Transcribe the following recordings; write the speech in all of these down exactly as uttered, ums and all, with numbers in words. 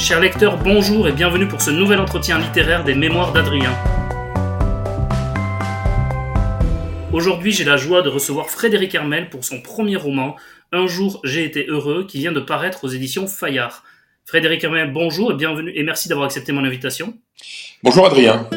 Chers lecteurs, bonjour et bienvenue pour ce nouvel entretien littéraire des Mémoires d'Adrien. Aujourd'hui, j'ai la joie de recevoir Frédéric Hermel pour son premier roman, Un jour j'ai été heureux, qui vient de paraître aux éditions Fayard. Frédéric Hermel, bonjour et bienvenue et merci d'avoir accepté mon invitation. Bonjour Adrien.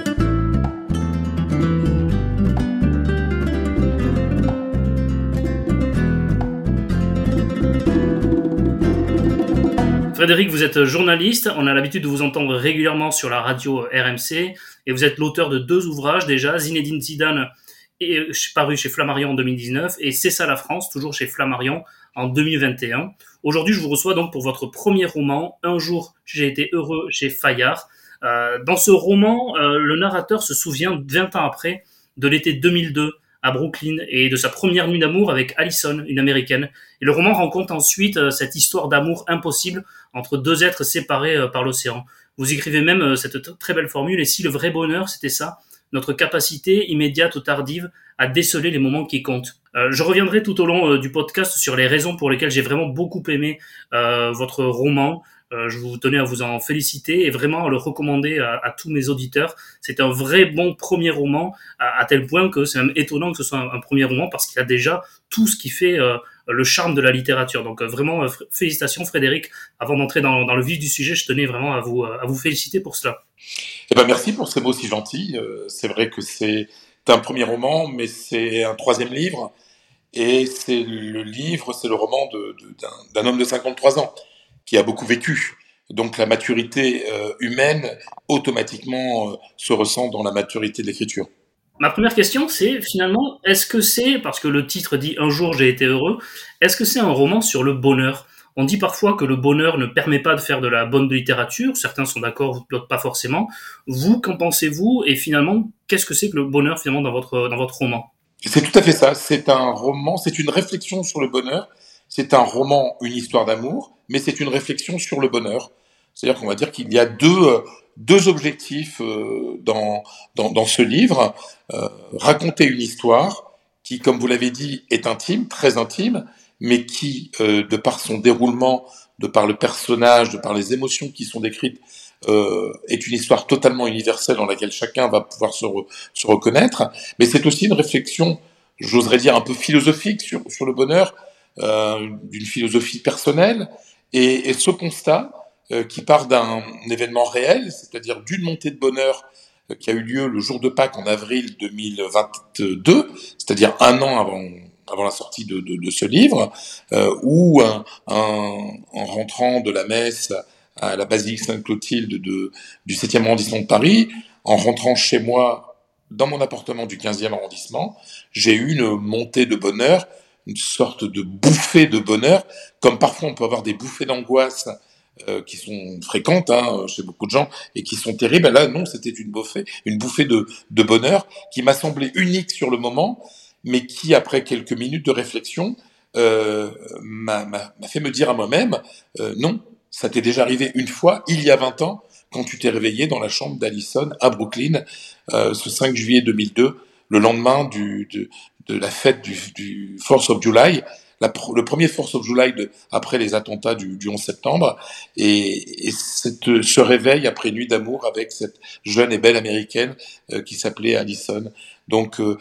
Frédéric, vous êtes journaliste, on a l'habitude de vous entendre régulièrement sur la radio R M C, et vous êtes l'auteur de deux ouvrages déjà, Zinedine Zidane, est paru chez Flammarion en deux mille dix-neuf, et C'est ça la France, toujours chez Flammarion en deux mille vingt et un. Aujourd'hui, je vous reçois donc pour votre premier roman, Un jour j'ai été heureux chez Fayard. Euh, dans ce roman, euh, le narrateur se souvient vingt ans après de l'été deux mille deux, à Brooklyn, et de sa première nuit d'amour avec Allison, une américaine. Et le roman raconte ensuite euh, cette histoire d'amour impossible entre deux êtres séparés euh, par l'océan. Vous écrivez même euh, cette t- très belle formule, et si le vrai bonheur, c'était ça, notre capacité immédiate ou tardive à déceler les moments qui comptent. Euh, je reviendrai tout au long euh, du podcast sur les raisons pour lesquelles j'ai vraiment beaucoup aimé euh, votre roman. Euh, je vous tenais à vous en féliciter et vraiment à le recommander à, à tous mes auditeurs. C'est un vrai bon premier roman, à, à tel point que c'est même étonnant que ce soit un, un premier roman parce qu'il y a déjà tout ce qui fait euh, le charme de la littérature. Donc euh, vraiment, euh, félicitations Frédéric. Avant d'entrer dans, dans le vif du sujet, je tenais vraiment à vous, à vous féliciter pour cela. Eh ben merci pour ces mots si gentils. Euh, c'est vrai que c'est un premier roman, mais c'est un troisième livre. Et c'est le livre, c'est le roman de, de, d'un, d'un homme de cinquante-trois ans qui a beaucoup vécu. Donc la maturité euh, humaine, automatiquement, euh, se ressent dans la maturité de l'écriture. Ma première question, c'est finalement, est-ce que c'est, parce que le titre dit Un jour j'ai été heureux, est-ce que c'est un roman sur le bonheur ? On dit parfois que le bonheur ne permet pas de faire de la bonne littérature, certains sont d'accord, d'autres pas forcément. Vous, qu'en pensez-vous ? Et finalement, qu'est-ce que c'est que le bonheur finalement dans votre, dans votre roman ? C'est tout à fait ça. C'est un roman, c'est une réflexion sur le bonheur. C'est un roman, une histoire d'amour, mais c'est une réflexion sur le bonheur. C'est-à-dire qu'on va dire qu'il y a deux, euh, deux objectifs euh, dans, dans, dans ce livre. Euh, raconter une histoire qui, comme vous l'avez dit, est intime, très intime, mais qui, euh, de par son déroulement, de par le personnage, de par les émotions qui sont décrites, euh, est une histoire totalement universelle dans laquelle chacun va pouvoir se, re, se reconnaître. Mais c'est aussi une réflexion, j'oserais dire, un peu philosophique sur, sur le bonheur, euh, d'une philosophie personnelle. Et, et ce constat, euh, qui part d'un événement réel, c'est-à-dire d'une montée de bonheur euh, qui a eu lieu le jour de Pâques en avril deux mille vingt-deux, c'est-à-dire un an avant avant la sortie de, de, de ce livre, euh, où un, un, en rentrant de la messe à la basilique Sainte-Clotilde de, du septième arrondissement de Paris, en rentrant chez moi dans mon appartement du quinzième arrondissement, j'ai eu une montée de bonheur, une sorte de bouffée de bonheur, comme parfois on peut avoir des bouffées d'angoisse euh, qui sont fréquentes hein, chez beaucoup de gens et qui sont terribles. Là, non, c'était une bouffée, une bouffée de, de bonheur qui m'a semblé unique sur le moment, mais qui, après quelques minutes de réflexion, euh, m'a, m'a, m'a fait me dire à moi-même, euh, non, ça t'est déjà arrivé une fois, il y a vingt ans, quand tu t'es réveillé dans la chambre d'Allison à Brooklyn, euh, ce cinq juillet deux mille deux, le lendemain du, de, de la fête du, du fourth of July, la, le premier fourth of July de, après les attentats du, du onze septembre, et, et cette, ce réveil après une nuit d'amour avec cette jeune et belle américaine euh, qui s'appelait Allison. Donc, euh,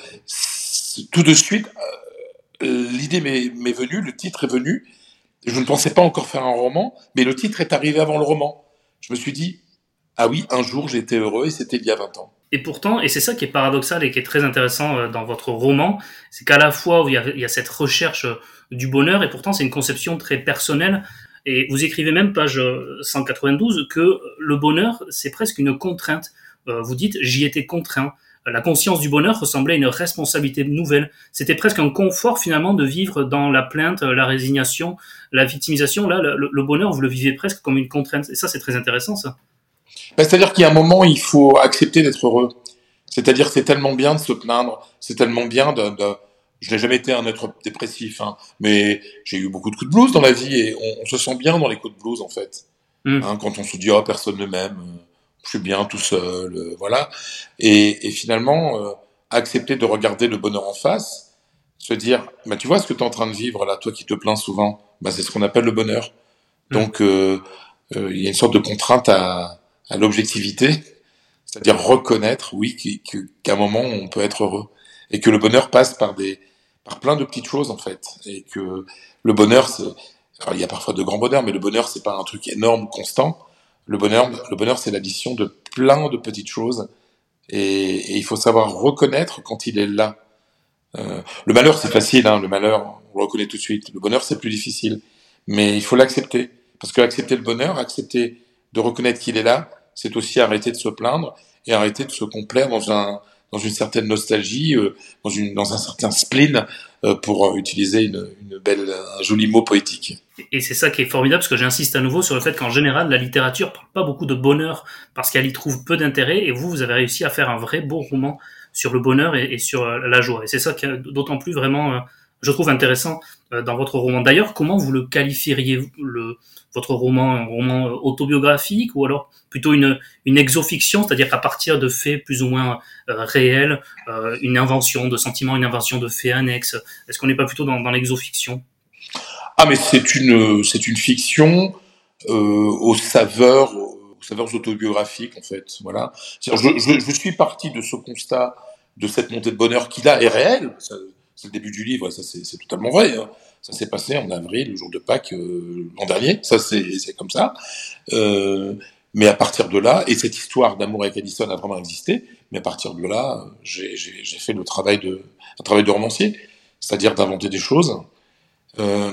tout de suite, euh, l'idée m'est, m'est venue, le titre est venu. Je ne pensais pas encore faire un roman, mais le titre est arrivé avant le roman. Je me suis dit, ah oui, un jour j'ai été heureux et c'était il y a vingt ans. Et pourtant, et c'est ça qui est paradoxal et qui est très intéressant dans votre roman, c'est qu'à la fois il y a, il y a cette recherche du bonheur et pourtant c'est une conception très personnelle. Et vous écrivez même, page cent quatre-vingt-douze, que le bonheur c'est presque une contrainte. Vous dites, j'y étais contraint. La conscience du bonheur ressemblait à une responsabilité nouvelle. C'était presque un confort finalement de vivre dans la plainte, la résignation, la victimisation. Là, le, le bonheur, vous le vivez presque comme une contrainte. Et ça, c'est très intéressant, ça. Ben, c'est-à-dire qu'il y a un moment, il faut accepter d'être heureux. C'est-à-dire que c'est tellement bien de se plaindre, c'est tellement bien de... de... Je n'ai jamais été un être dépressif, hein, mais j'ai eu beaucoup de coups de blues dans la vie et on, on se sent bien dans les coups de blues, en fait. Mm. Hein, quand on se dit « Oh, personne ne m'aime ». Je suis bien tout seul, euh, voilà. Et, et finalement, euh, accepter de regarder le bonheur en face, se dire, bah, tu vois ce que tu es en train de vivre là, toi qui te plains souvent, bah, c'est ce qu'on appelle le bonheur. Donc, euh, euh, il y a une sorte de contrainte à, à l'objectivité, c'est-à-dire reconnaître, oui, qu'à un moment on peut être heureux et que le bonheur passe par des, par plein de petites choses en fait, et que le bonheur, c'est, alors il y a parfois de grands bonheurs, mais le bonheur c'est pas un truc énorme, constant. Le bonheur, le bonheur c'est l'addition de plein de petites choses, et, et il faut savoir reconnaître quand il est là. Euh, le malheur c'est facile, hein, le malheur on le reconnaît tout de suite. Le bonheur c'est plus difficile, mais il faut l'accepter, parce que accepter le bonheur, accepter de reconnaître qu'il est là, c'est aussi arrêter de se plaindre et arrêter de se complaire dans un dans une certaine nostalgie, euh, dans une dans un certain spleen, euh, pour utiliser une, une belle un joli mot poétique. Et c'est ça qui est formidable, parce que j'insiste à nouveau sur le fait qu'en général, la littérature parle pas beaucoup de bonheur, parce qu'elle y trouve peu d'intérêt, et vous, vous avez réussi à faire un vrai beau roman sur le bonheur et, et sur euh, la joie. Et c'est ça qui est d'autant plus vraiment, euh, je trouve intéressant euh, dans votre roman. D'ailleurs, comment vous le qualifieriez, le, votre roman, un roman autobiographique, ou alors plutôt une, une exofiction, c'est-à-dire qu'à partir de faits plus ou moins euh, réels, euh, une invention de sentiments, une invention de faits annexes. Est-ce qu'on n'est pas plutôt dans, dans l'exofiction? Ah, mais c'est une c'est une fiction euh, aux saveurs aux saveurs autobiographiques en fait. Voilà. Je, je, je suis parti de ce constat, de cette montée de bonheur qui là est réelle. Ça, c'est le début du livre, ça c'est, c'est totalement vrai. Hein. Ça s'est passé en avril, le jour de Pâques euh, l'an dernier. Ça c'est c'est comme ça. Euh, mais à partir de là, et cette histoire d'amour avec Addison a vraiment existé. Mais à partir de là, j'ai j'ai, j'ai fait le travail de un travail de romancier, c'est-à-dire d'inventer des choses. Euh,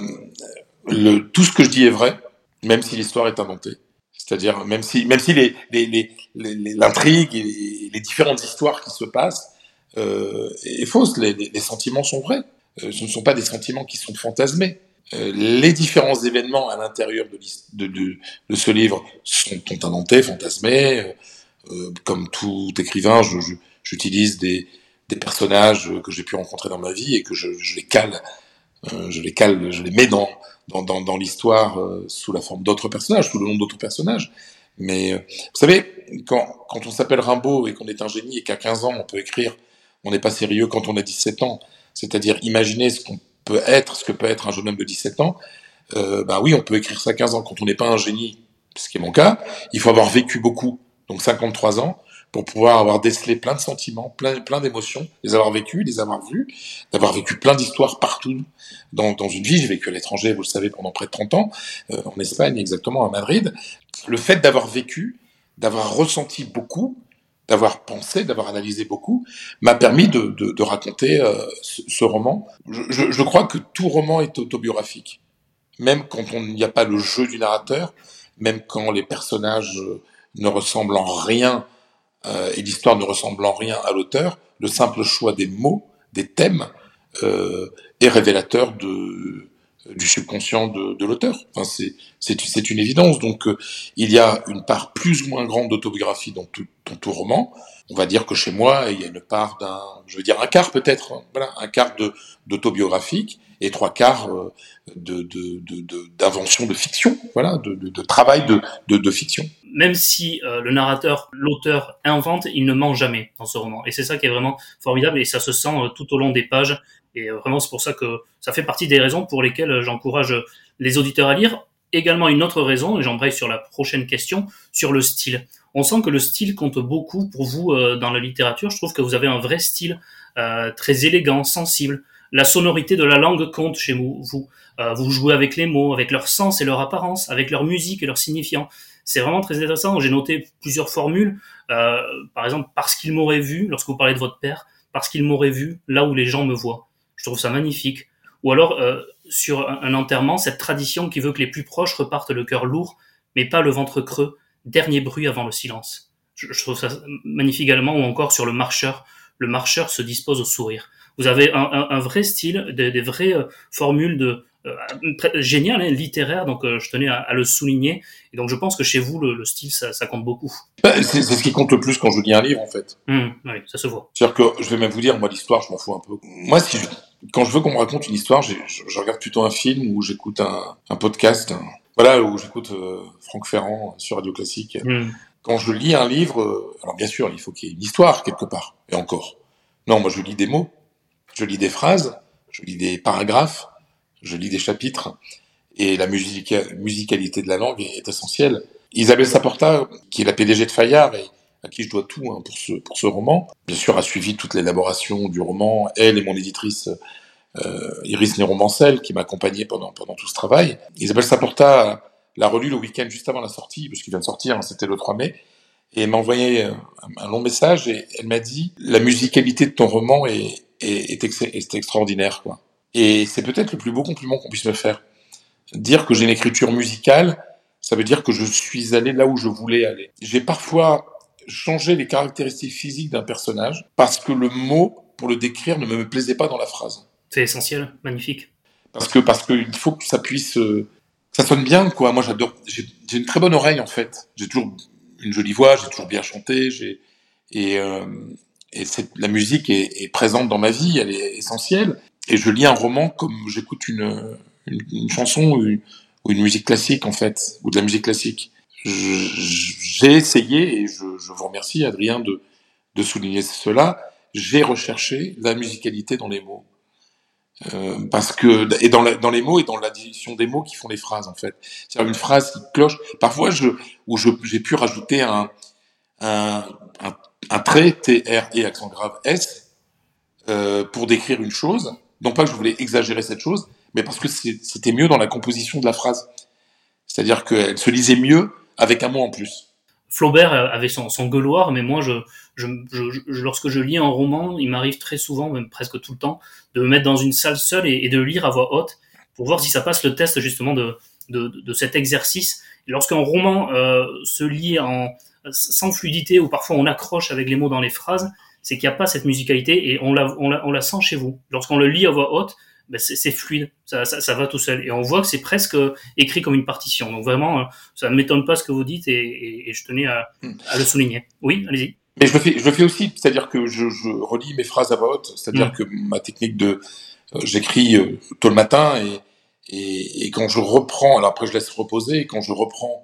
le, tout ce que je dis est vrai, même si l'histoire est inventée. C'est-à-dire, même si, même si les, les, les, les, l'intrigue et les différentes histoires qui se passent euh, est fausse, les, les, les sentiments sont vrais. Euh, ce ne sont pas des sentiments qui sont fantasmés. Euh, les différents événements à l'intérieur de, de, de, de ce livre sont, sont inventés, fantasmés. Euh, comme tout écrivain, je, je, j'utilise des, des personnages que j'ai pu rencontrer dans ma vie et que je, je les cale Euh, je les cale, je les mets dans dans dans, dans l'histoire euh, sous la forme d'autres personnages, sous le nom d'autres personnages. Mais euh, vous savez, quand quand on s'appelle Rimbaud et qu'on est un génie et qu'à quinze ans on peut écrire, on n'est pas sérieux quand on a dix-sept ans. C'est-à-dire imaginer ce qu'on peut être, ce que peut être un jeune homme de dix-sept ans. Euh, ben oui, on peut écrire ça à quinze ans. Quand on n'est pas un génie, ce qui est mon cas, il faut avoir vécu beaucoup, donc cinquante-trois ans, pour pouvoir avoir décelé plein de sentiments, plein, plein d'émotions, les avoir vécus, les avoir vus, d'avoir vécu plein d'histoires partout dans, dans une vie. J'ai vécu à l'étranger, vous le savez, pendant près de trente ans, euh, en Espagne exactement, à Madrid. Le fait d'avoir vécu, d'avoir ressenti beaucoup, d'avoir pensé, d'avoir analysé beaucoup, m'a permis de, de, de raconter euh, ce, ce roman. Je, je, je crois que tout roman est autobiographique. Même quand il n'y a pas le jeu du narrateur, même quand les personnages ne ressemblent en rien euh, et l'histoire ne ressemble en rien à l'auteur, le simple choix des mots, des thèmes, euh, est révélateur de, du subconscient de, de l'auteur. Enfin, c'est, c'est, c'est une évidence. Donc, euh, il y a une part plus ou moins grande d'autobiographie dans tout, dans tout roman. On va dire que chez moi, il y a une part d'un, je veux dire un quart peut-être, hein, voilà, un quart de, d'autobiographique et trois quarts euh, de, de, de, de, d'invention de fiction, voilà, de, de, de travail de, de, de fiction. Même si euh, le narrateur, l'auteur invente, il ne ment jamais dans ce roman. Et c'est ça qui est vraiment formidable, et ça se sent euh, tout au long des pages. Et euh, vraiment, c'est pour ça que ça fait partie des raisons pour lesquelles euh, j'encourage les auditeurs à lire. Également une autre raison, et j'embraye sur la prochaine question, sur le style. On sent que le style compte beaucoup pour vous euh, dans la littérature. Je trouve que vous avez un vrai style euh, très élégant, sensible. La sonorité de la langue compte chez vous. Vous, euh, vous jouez avec les mots, avec leur sens et leur apparence, avec leur musique et leur signifiant. C'est vraiment très intéressant. J'ai noté plusieurs formules. Euh, par exemple, parce qu'il m'aurait vu, lorsque vous parlez de votre père, parce qu'il m'aurait vu là où les gens me voient. Je trouve ça magnifique. Ou alors, euh, sur un, un enterrement, cette tradition qui veut que les plus proches repartent le cœur lourd, mais pas le ventre creux, dernier bruit avant le silence. Je, je trouve ça magnifique également. Ou encore sur le marcheur, le marcheur se dispose au sourire. Vous avez un, un, un vrai style, des, des vraies euh, formules de euh, géniales, hein, littéraires, donc euh, je tenais à, à le souligner. Et donc je pense que chez vous, le, le style, ça, ça compte beaucoup. Ben, c'est, c'est ce qui compte le plus quand je lis un livre, en fait. Mmh, oui, ça se voit. C'est-à-dire que, je vais même vous dire, moi, l'histoire, je m'en fous un peu. Moi, si je, quand je veux qu'on me raconte une histoire, je, je regarde plutôt un film ou j'écoute un, un podcast, un, voilà, où j'écoute euh, Franck Ferrand sur Radio Classique. Mmh. Quand je lis un livre, euh, alors bien sûr, il faut qu'il y ait une histoire quelque part, et encore. Non, moi, je lis des mots, je lis des phrases, je lis des paragraphes, je lis des chapitres, et la musica- musicalité de la langue est, est essentielle. Isabelle Saporta, qui est la P D G de Fayard et à qui je dois tout hein, pour, ce, pour ce roman, bien sûr a suivi toute l'élaboration du roman, elle et mon éditrice euh, Iris Néron-Mancel, qui m'a accompagné pendant, pendant tout ce travail. Isabelle Saporta l'a relu le week-end juste avant la sortie, puisqu'il vient de sortir, hein, c'était le trois mai, et elle m'a envoyé un, un long message et elle m'a dit « La musicalité de ton roman est, est, est, ex- est extraordinaire. » quoi. Et c'est peut-être le plus beau compliment qu'on puisse me faire. Dire que j'ai une écriture musicale, ça veut dire que je suis allé là où je voulais aller. J'ai parfois changé les caractéristiques physiques d'un personnage parce que le mot, pour le décrire, ne me plaisait pas dans la phrase. C'est essentiel, magnifique. Parce que parce qu'il faut que ça puisse... Euh, ça sonne bien, quoi. Moi, j'adore... J'ai, j'ai une très bonne oreille, en fait. J'ai toujours une jolie voix, j'ai toujours bien chanté, j'ai... Et, euh, et c'est, la musique est, est présente dans ma vie, elle est essentielle. Et je lis un roman comme j'écoute une, une, une chanson ou une, ou une musique classique, en fait, ou de la musique classique. Je, j'ai essayé, et je, je vous remercie, Adrien, de, de souligner cela, j'ai recherché la musicalité dans les mots. Euh, parce que et dans, la, dans les mots et dans l'addition des mots qui font les phrases en fait. C'est-à-dire une phrase qui cloche. Parfois, je où je, j'ai pu rajouter un un, un, un trait T R E accent grave S euh, pour décrire une chose. Non pas que je voulais exagérer cette chose, mais parce que c'est, c'était mieux dans la composition de la phrase. C'est-à-dire qu'elle se lisait mieux avec un mot en plus. Flaubert avait son, son gueuloir, mais moi, je, je, je, je, lorsque je lis un roman, il m'arrive très souvent, même presque tout le temps, de me mettre dans une salle seule et, et de lire à voix haute pour voir si ça passe le test justement de, de, de cet exercice. Et lorsqu'un roman euh, se lit en, sans fluidité ou parfois on accroche avec les mots dans les phrases, c'est qu'il n'y a pas cette musicalité et on la, on la, on la sent chez vous. Lorsqu'on le lit à voix haute, ben c'est, c'est fluide, ça, ça, ça va tout seul. Et on voit que c'est presque écrit comme une partition. Donc vraiment, ça ne m'étonne pas ce que vous dites et, et, et je tenais à, à le souligner. Oui, allez-y. Mais je le fais, je le fais aussi, c'est-à-dire que je, je relis mes phrases à voix haute, c'est-à-dire mmh. que ma technique de... Euh, j'écris euh, tôt le matin et, et, et quand je reprends, alors après je laisse reposer, et quand je reprends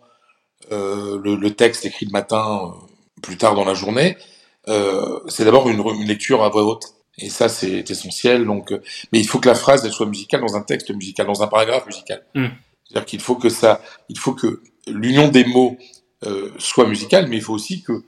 euh, le, le texte écrit le matin euh, plus tard dans la journée, euh, c'est d'abord une, une lecture à voix haute. Et ça, c'est essentiel. Donc, euh, mais il faut que la phrase elle soit musicale dans un texte musical, dans un paragraphe musical. Mm. C'est-à-dire qu'il faut que ça, il faut que l'union des mots euh, soit musicale, mais il faut aussi que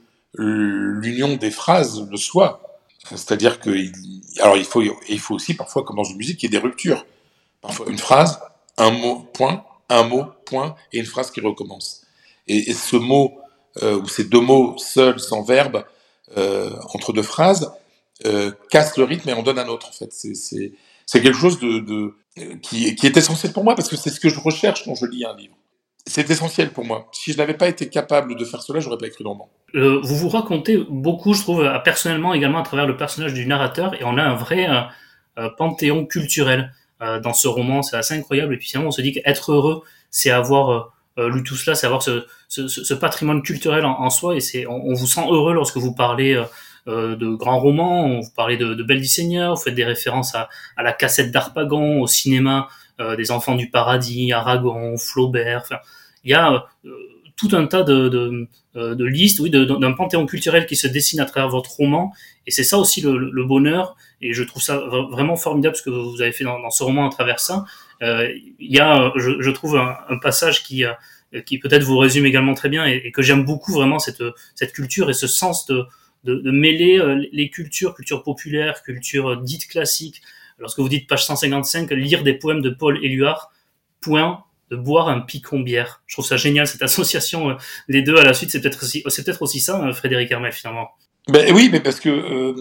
l'union des phrases le soit. C'est-à-dire que, il, alors il faut, il faut aussi parfois, comme dans une musique, qu'il y ait des ruptures. Parfois une phrase, un mot, point, un mot, point, et une phrase qui recommence. Et, et ce mot euh, ou ces deux mots seuls, sans verbe, euh, entre deux phrases. Euh, casse le rythme et en donne un autre en fait. C'est, c'est, c'est quelque chose de, de, qui, qui est essentiel pour moi parce que c'est ce que je recherche quand je lis un livre. C'est essentiel pour moi. Si je n'avais pas été capable de faire cela, j'aurais pas écrit le roman. Euh, vous vous racontez beaucoup, je trouve, personnellement également à travers le personnage du narrateur et on a un vrai euh, euh, panthéon culturel euh, dans ce roman. C'est assez incroyable et puis finalement on se dit qu'être heureux, c'est avoir euh, lu tout cela, c'est avoir ce, ce, ce patrimoine culturel en, en soi et c'est, on, on vous sent heureux lorsque vous parlez euh, Euh, de grands romans, vous parlez de, de Belle du Seigneur, vous faites des références à, à la cassette d'Harpagon, au cinéma euh, des Enfants du Paradis, Aragon, Flaubert, enfin, il y a euh, tout un tas de, de, de listes, oui, de, d'un panthéon culturel qui se dessine à travers votre roman, et c'est ça aussi le, le bonheur, et je trouve ça vraiment formidable ce que vous avez fait dans, dans ce roman à travers ça. Euh, il y a, je, je trouve, un, un passage qui, qui peut-être vous résume également très bien, et, et que j'aime beaucoup vraiment, cette, cette culture et ce sens de De, de mêler euh, les cultures, culture populaire, culture euh, dite classique. Lorsque vous dites page cent cinquante-cinq, lire des poèmes de Paul Éluard, point, de boire un picon-bière. Je trouve ça génial, cette association, euh, les deux à la suite, c'est peut-être aussi, c'est peut-être aussi ça, euh, Frédéric Hermel, finalement. Ben oui, mais parce que euh,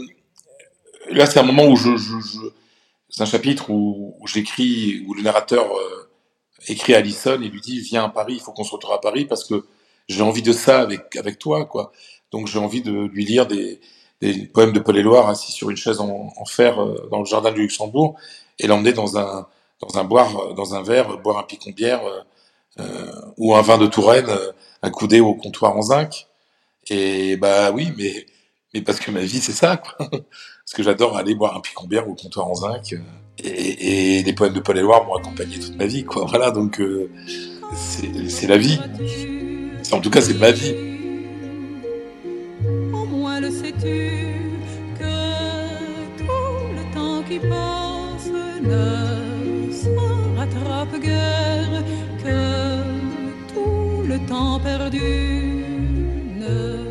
là, c'est un moment où je, je, je c'est un chapitre où, où j'écris, où le narrateur euh, écrit à Alison et lui dit « Viens à Paris, il faut qu'on se retrouve à Paris parce que j'ai envie de ça avec, avec toi, quoi. » Donc j'ai envie de lui lire des, des poèmes de Paul Éluard assis sur une chaise en, en fer euh, dans le jardin du Luxembourg et l'emmener dans un dans un boire dans un verre boire un picon-bière euh, euh, ou un vin de Touraine euh, accoudé au comptoir en zinc. Et bah oui, mais mais parce que ma vie c'est ça, quoi. Parce que j'adore aller boire un picon-bière au comptoir en zinc euh, et, et les poèmes de Paul Éluard m'ont accompagné toute ma vie, quoi. Voilà, donc euh, c'est c'est la vie. C'est, en tout cas, c'est ma vie. Le sais-tu que tout le temps qui passe ne se rattrape guère, que tout le temps perdu ne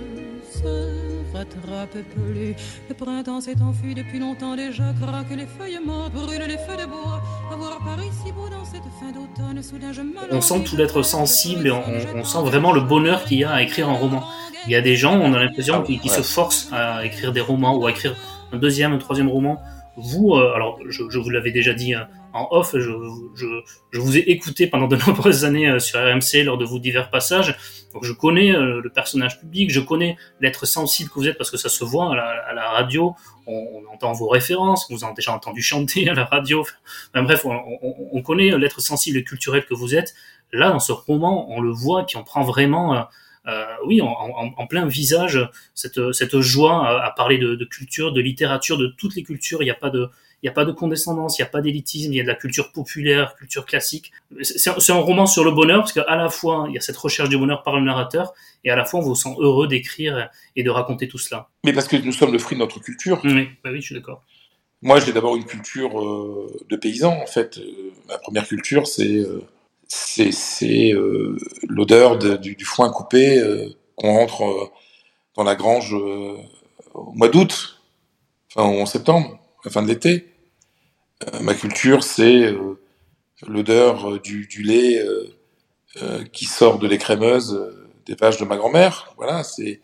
se rattrape plus. Le printemps s'est enfui depuis longtemps déjà, craque les feuilles mortes, brûle les feux de bois. Avoir Paris si beau dans cette fin d'automne, soudain je me On sent tout l'être sensible et on, on sent vraiment le bonheur qu'il y a à écrire un roman. Il y a des gens, on a l'impression, qui, qui se forcent à écrire des romans ou à écrire un deuxième, un troisième roman. Vous, euh, alors je, je vous l'avais déjà dit hein, en off, je, je, je vous ai écouté pendant de nombreuses années euh, sur R M C lors de vos divers passages, donc je connais euh, le personnage public, je connais l'être sensible que vous êtes parce que ça se voit à la, à la radio, on, on entend vos références, vous avez déjà entendu chanter à la radio, enfin, bref, on, on, on connaît l'être sensible et culturel que vous êtes. Là, dans ce roman, on le voit, puis on prend vraiment... Euh, Euh, oui, en, en, en plein visage, cette, cette joie à, à parler de, de culture, de littérature, de toutes les cultures. Il n'y a pas de, il n'y a pas de condescendance, il n'y a pas d'élitisme, il y a de la culture populaire, culture classique. C'est un, c'est un roman sur le bonheur parce qu'à la fois, il y a cette recherche du bonheur par le narrateur et à la fois, on vous sent heureux d'écrire et de raconter tout cela. Mais parce que nous sommes le fruit de notre culture. Oui, bah oui, je suis d'accord. Moi, j'ai d'abord une culture euh, de paysan, en fait. Euh, ma première culture, c'est... Euh... c'est, c'est euh, l'odeur de, du, du foin coupé euh, qu'on rentre euh, dans la grange euh, au mois d'août, enfin en septembre, à la fin de l'été. Euh, ma culture, c'est euh, l'odeur euh, du, du lait euh, euh, qui sort de l'écrémeuse euh, des vaches de ma grand-mère. Voilà, c'est,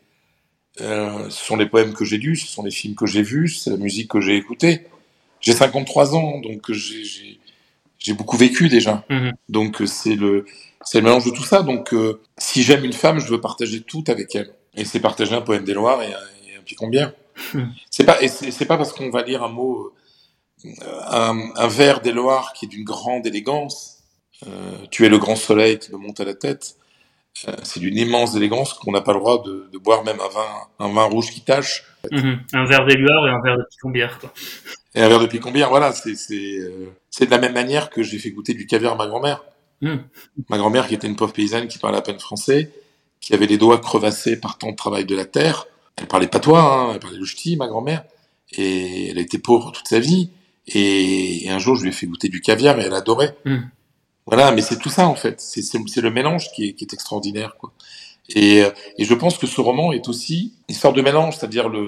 euh, ce sont les poèmes que j'ai lus, ce sont les films que j'ai vus, c'est la musique que j'ai écoutée. J'ai cinquante-trois ans, donc j'ai... j'ai J'ai beaucoup vécu déjà, mmh. donc c'est le c'est le mélange de tout ça. Donc euh, si j'aime une femme, je veux partager tout avec elle, et c'est partager un poème des Loirs et un, et un Picombière. Mmh. C'est pas et c'est, c'est pas parce qu'on va lire un mot, euh, un, un vers des Loirs qui est d'une grande élégance. Euh, tu es le grand soleil qui me monte à la tête. Euh, c'est d'une immense élégance qu'on n'a pas le droit de, de boire même un vin un vin rouge qui tache. Mmh. Un verre des Loirs et un verre de Picombière, quoi. Et un verre de Picombière, voilà, c'est c'est euh, c'est de la même manière que j'ai fait goûter du caviar à ma grand-mère. Mmh. Ma grand-mère, qui était une pauvre paysanne qui parlait à peine français, qui avait les doigts crevassés par tant de travail de la terre. Elle parlait patois, hein, elle parlait le ch'ti, ma grand-mère, et elle était pauvre toute sa vie. Et, et un jour, je lui ai fait goûter du caviar et elle adorait. Mmh. Voilà, mais c'est tout ça en fait. C'est c'est, c'est le mélange qui est, qui est extraordinaire, quoi. Et, et je pense que ce roman est aussi une sorte de mélange, c'est-à-dire le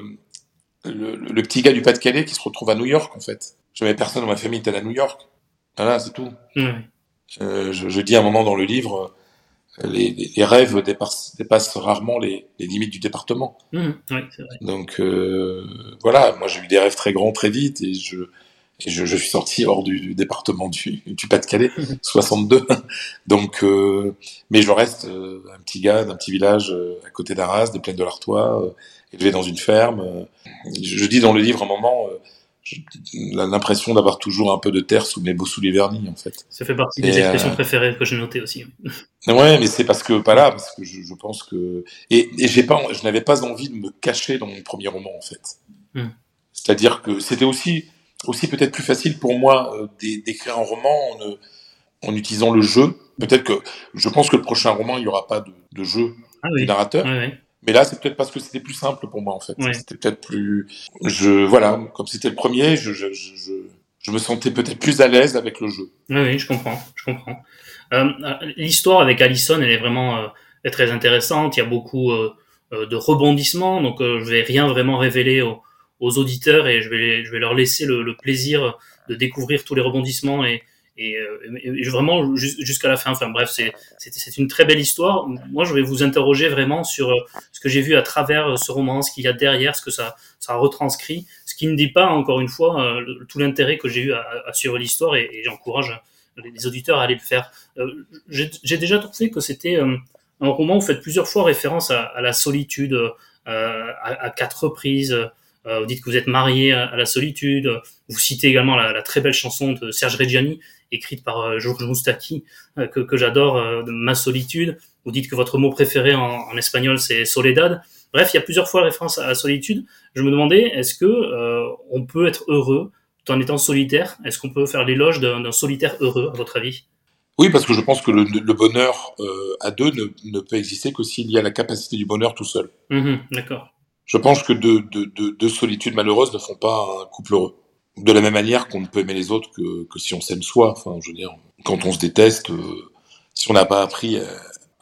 Le, le, le petit gars du Pas-de-Calais qui se retrouve à New York, en fait. J'avais personne dans ma famille qui était à New York. Voilà, c'est tout. Mmh. Euh, je, je dis à un moment dans le livre, les, les, les rêves dépassent, dépassent rarement les, les limites du département. Mmh. Oui, c'est vrai. Donc euh, voilà, moi j'ai eu des rêves très grands très vite et je, et je, je suis sorti hors du, du département du, du Pas-de-Calais, soixante-deux. Donc, euh, mais je reste euh, un petit gars d'un petit village euh, à côté d'Arras, des Plaines de l'Artois, euh, élevé dans une ferme. Euh, je, je dis dans le livre un moment, euh, j'ai l'impression d'avoir toujours un peu de terre sous mes beaux souliers vernis, en fait. Ça fait partie et des expressions euh... préférées que j'ai notées aussi. Ouais, mais c'est parce que pas là, parce que je, je pense que et, et j'ai pas, je n'avais pas envie de me cacher dans mon premier roman, en fait. Mm. C'est-à-dire que c'était aussi aussi peut-être plus facile pour moi euh, d'écrire un roman en, euh, en utilisant le jeu. Peut-être que je pense que le prochain roman, il y aura pas de, de jeu ah, oui. du narrateur. Oui, oui. Mais là, c'est peut-être parce que c'était plus simple pour moi, en fait. Oui. C'était peut-être plus... Je, voilà, comme c'était le premier, je, je, je, je me sentais peut-être plus à l'aise avec le jeu. Oui, oui, je comprends, je comprends. Euh, l'histoire avec Alison, elle est vraiment euh, est très intéressante. Il y a beaucoup euh, de rebondissements, donc euh, je vais rien vraiment révéler aux, aux auditeurs et je vais, je vais leur laisser le, le plaisir de découvrir tous les rebondissements et Et, et, et vraiment jusqu'à la fin. Enfin bref, c'est, c'est c'est une très belle histoire. Moi, je vais vous interroger vraiment sur ce que j'ai vu à travers ce roman, ce qu'il y a derrière, ce que ça ça retranscrit. Ce qui ne dit pas encore une fois le, tout l'intérêt que j'ai eu à, à suivre l'histoire et, et j'encourage les auditeurs à aller le faire. Euh, j'ai, j'ai déjà trouvé que c'était euh, un roman où vous faites plusieurs fois référence à, à la solitude, euh, à, à quatre reprises. Euh, vous dites que vous êtes marié à, à la solitude. Vous citez également la, la très belle chanson de Serge Reggiani, écrite par euh, Georges Moustaki, euh, que, que j'adore, euh, de Ma solitude. Vous dites que votre mot préféré en, en espagnol, c'est soledad. Bref, il y a plusieurs fois référence à la solitude. Je me demandais, est-ce que euh, on peut être heureux tout en étant solitaire? Est-ce qu'on peut faire l'éloge d'un, d'un solitaire heureux, à votre avis? Oui, parce que je pense que le, le bonheur euh, à deux ne, ne peut exister que s'il y a la capacité du bonheur tout seul. Mmh, d'accord. Je pense que deux, deux, deux, deux solitudes malheureuses ne font pas un couple heureux. De la même manière qu'on ne peut aimer les autres que, que si on s'aime soi. Enfin, je veux dire, quand on se déteste, euh, si on n'a pas appris à,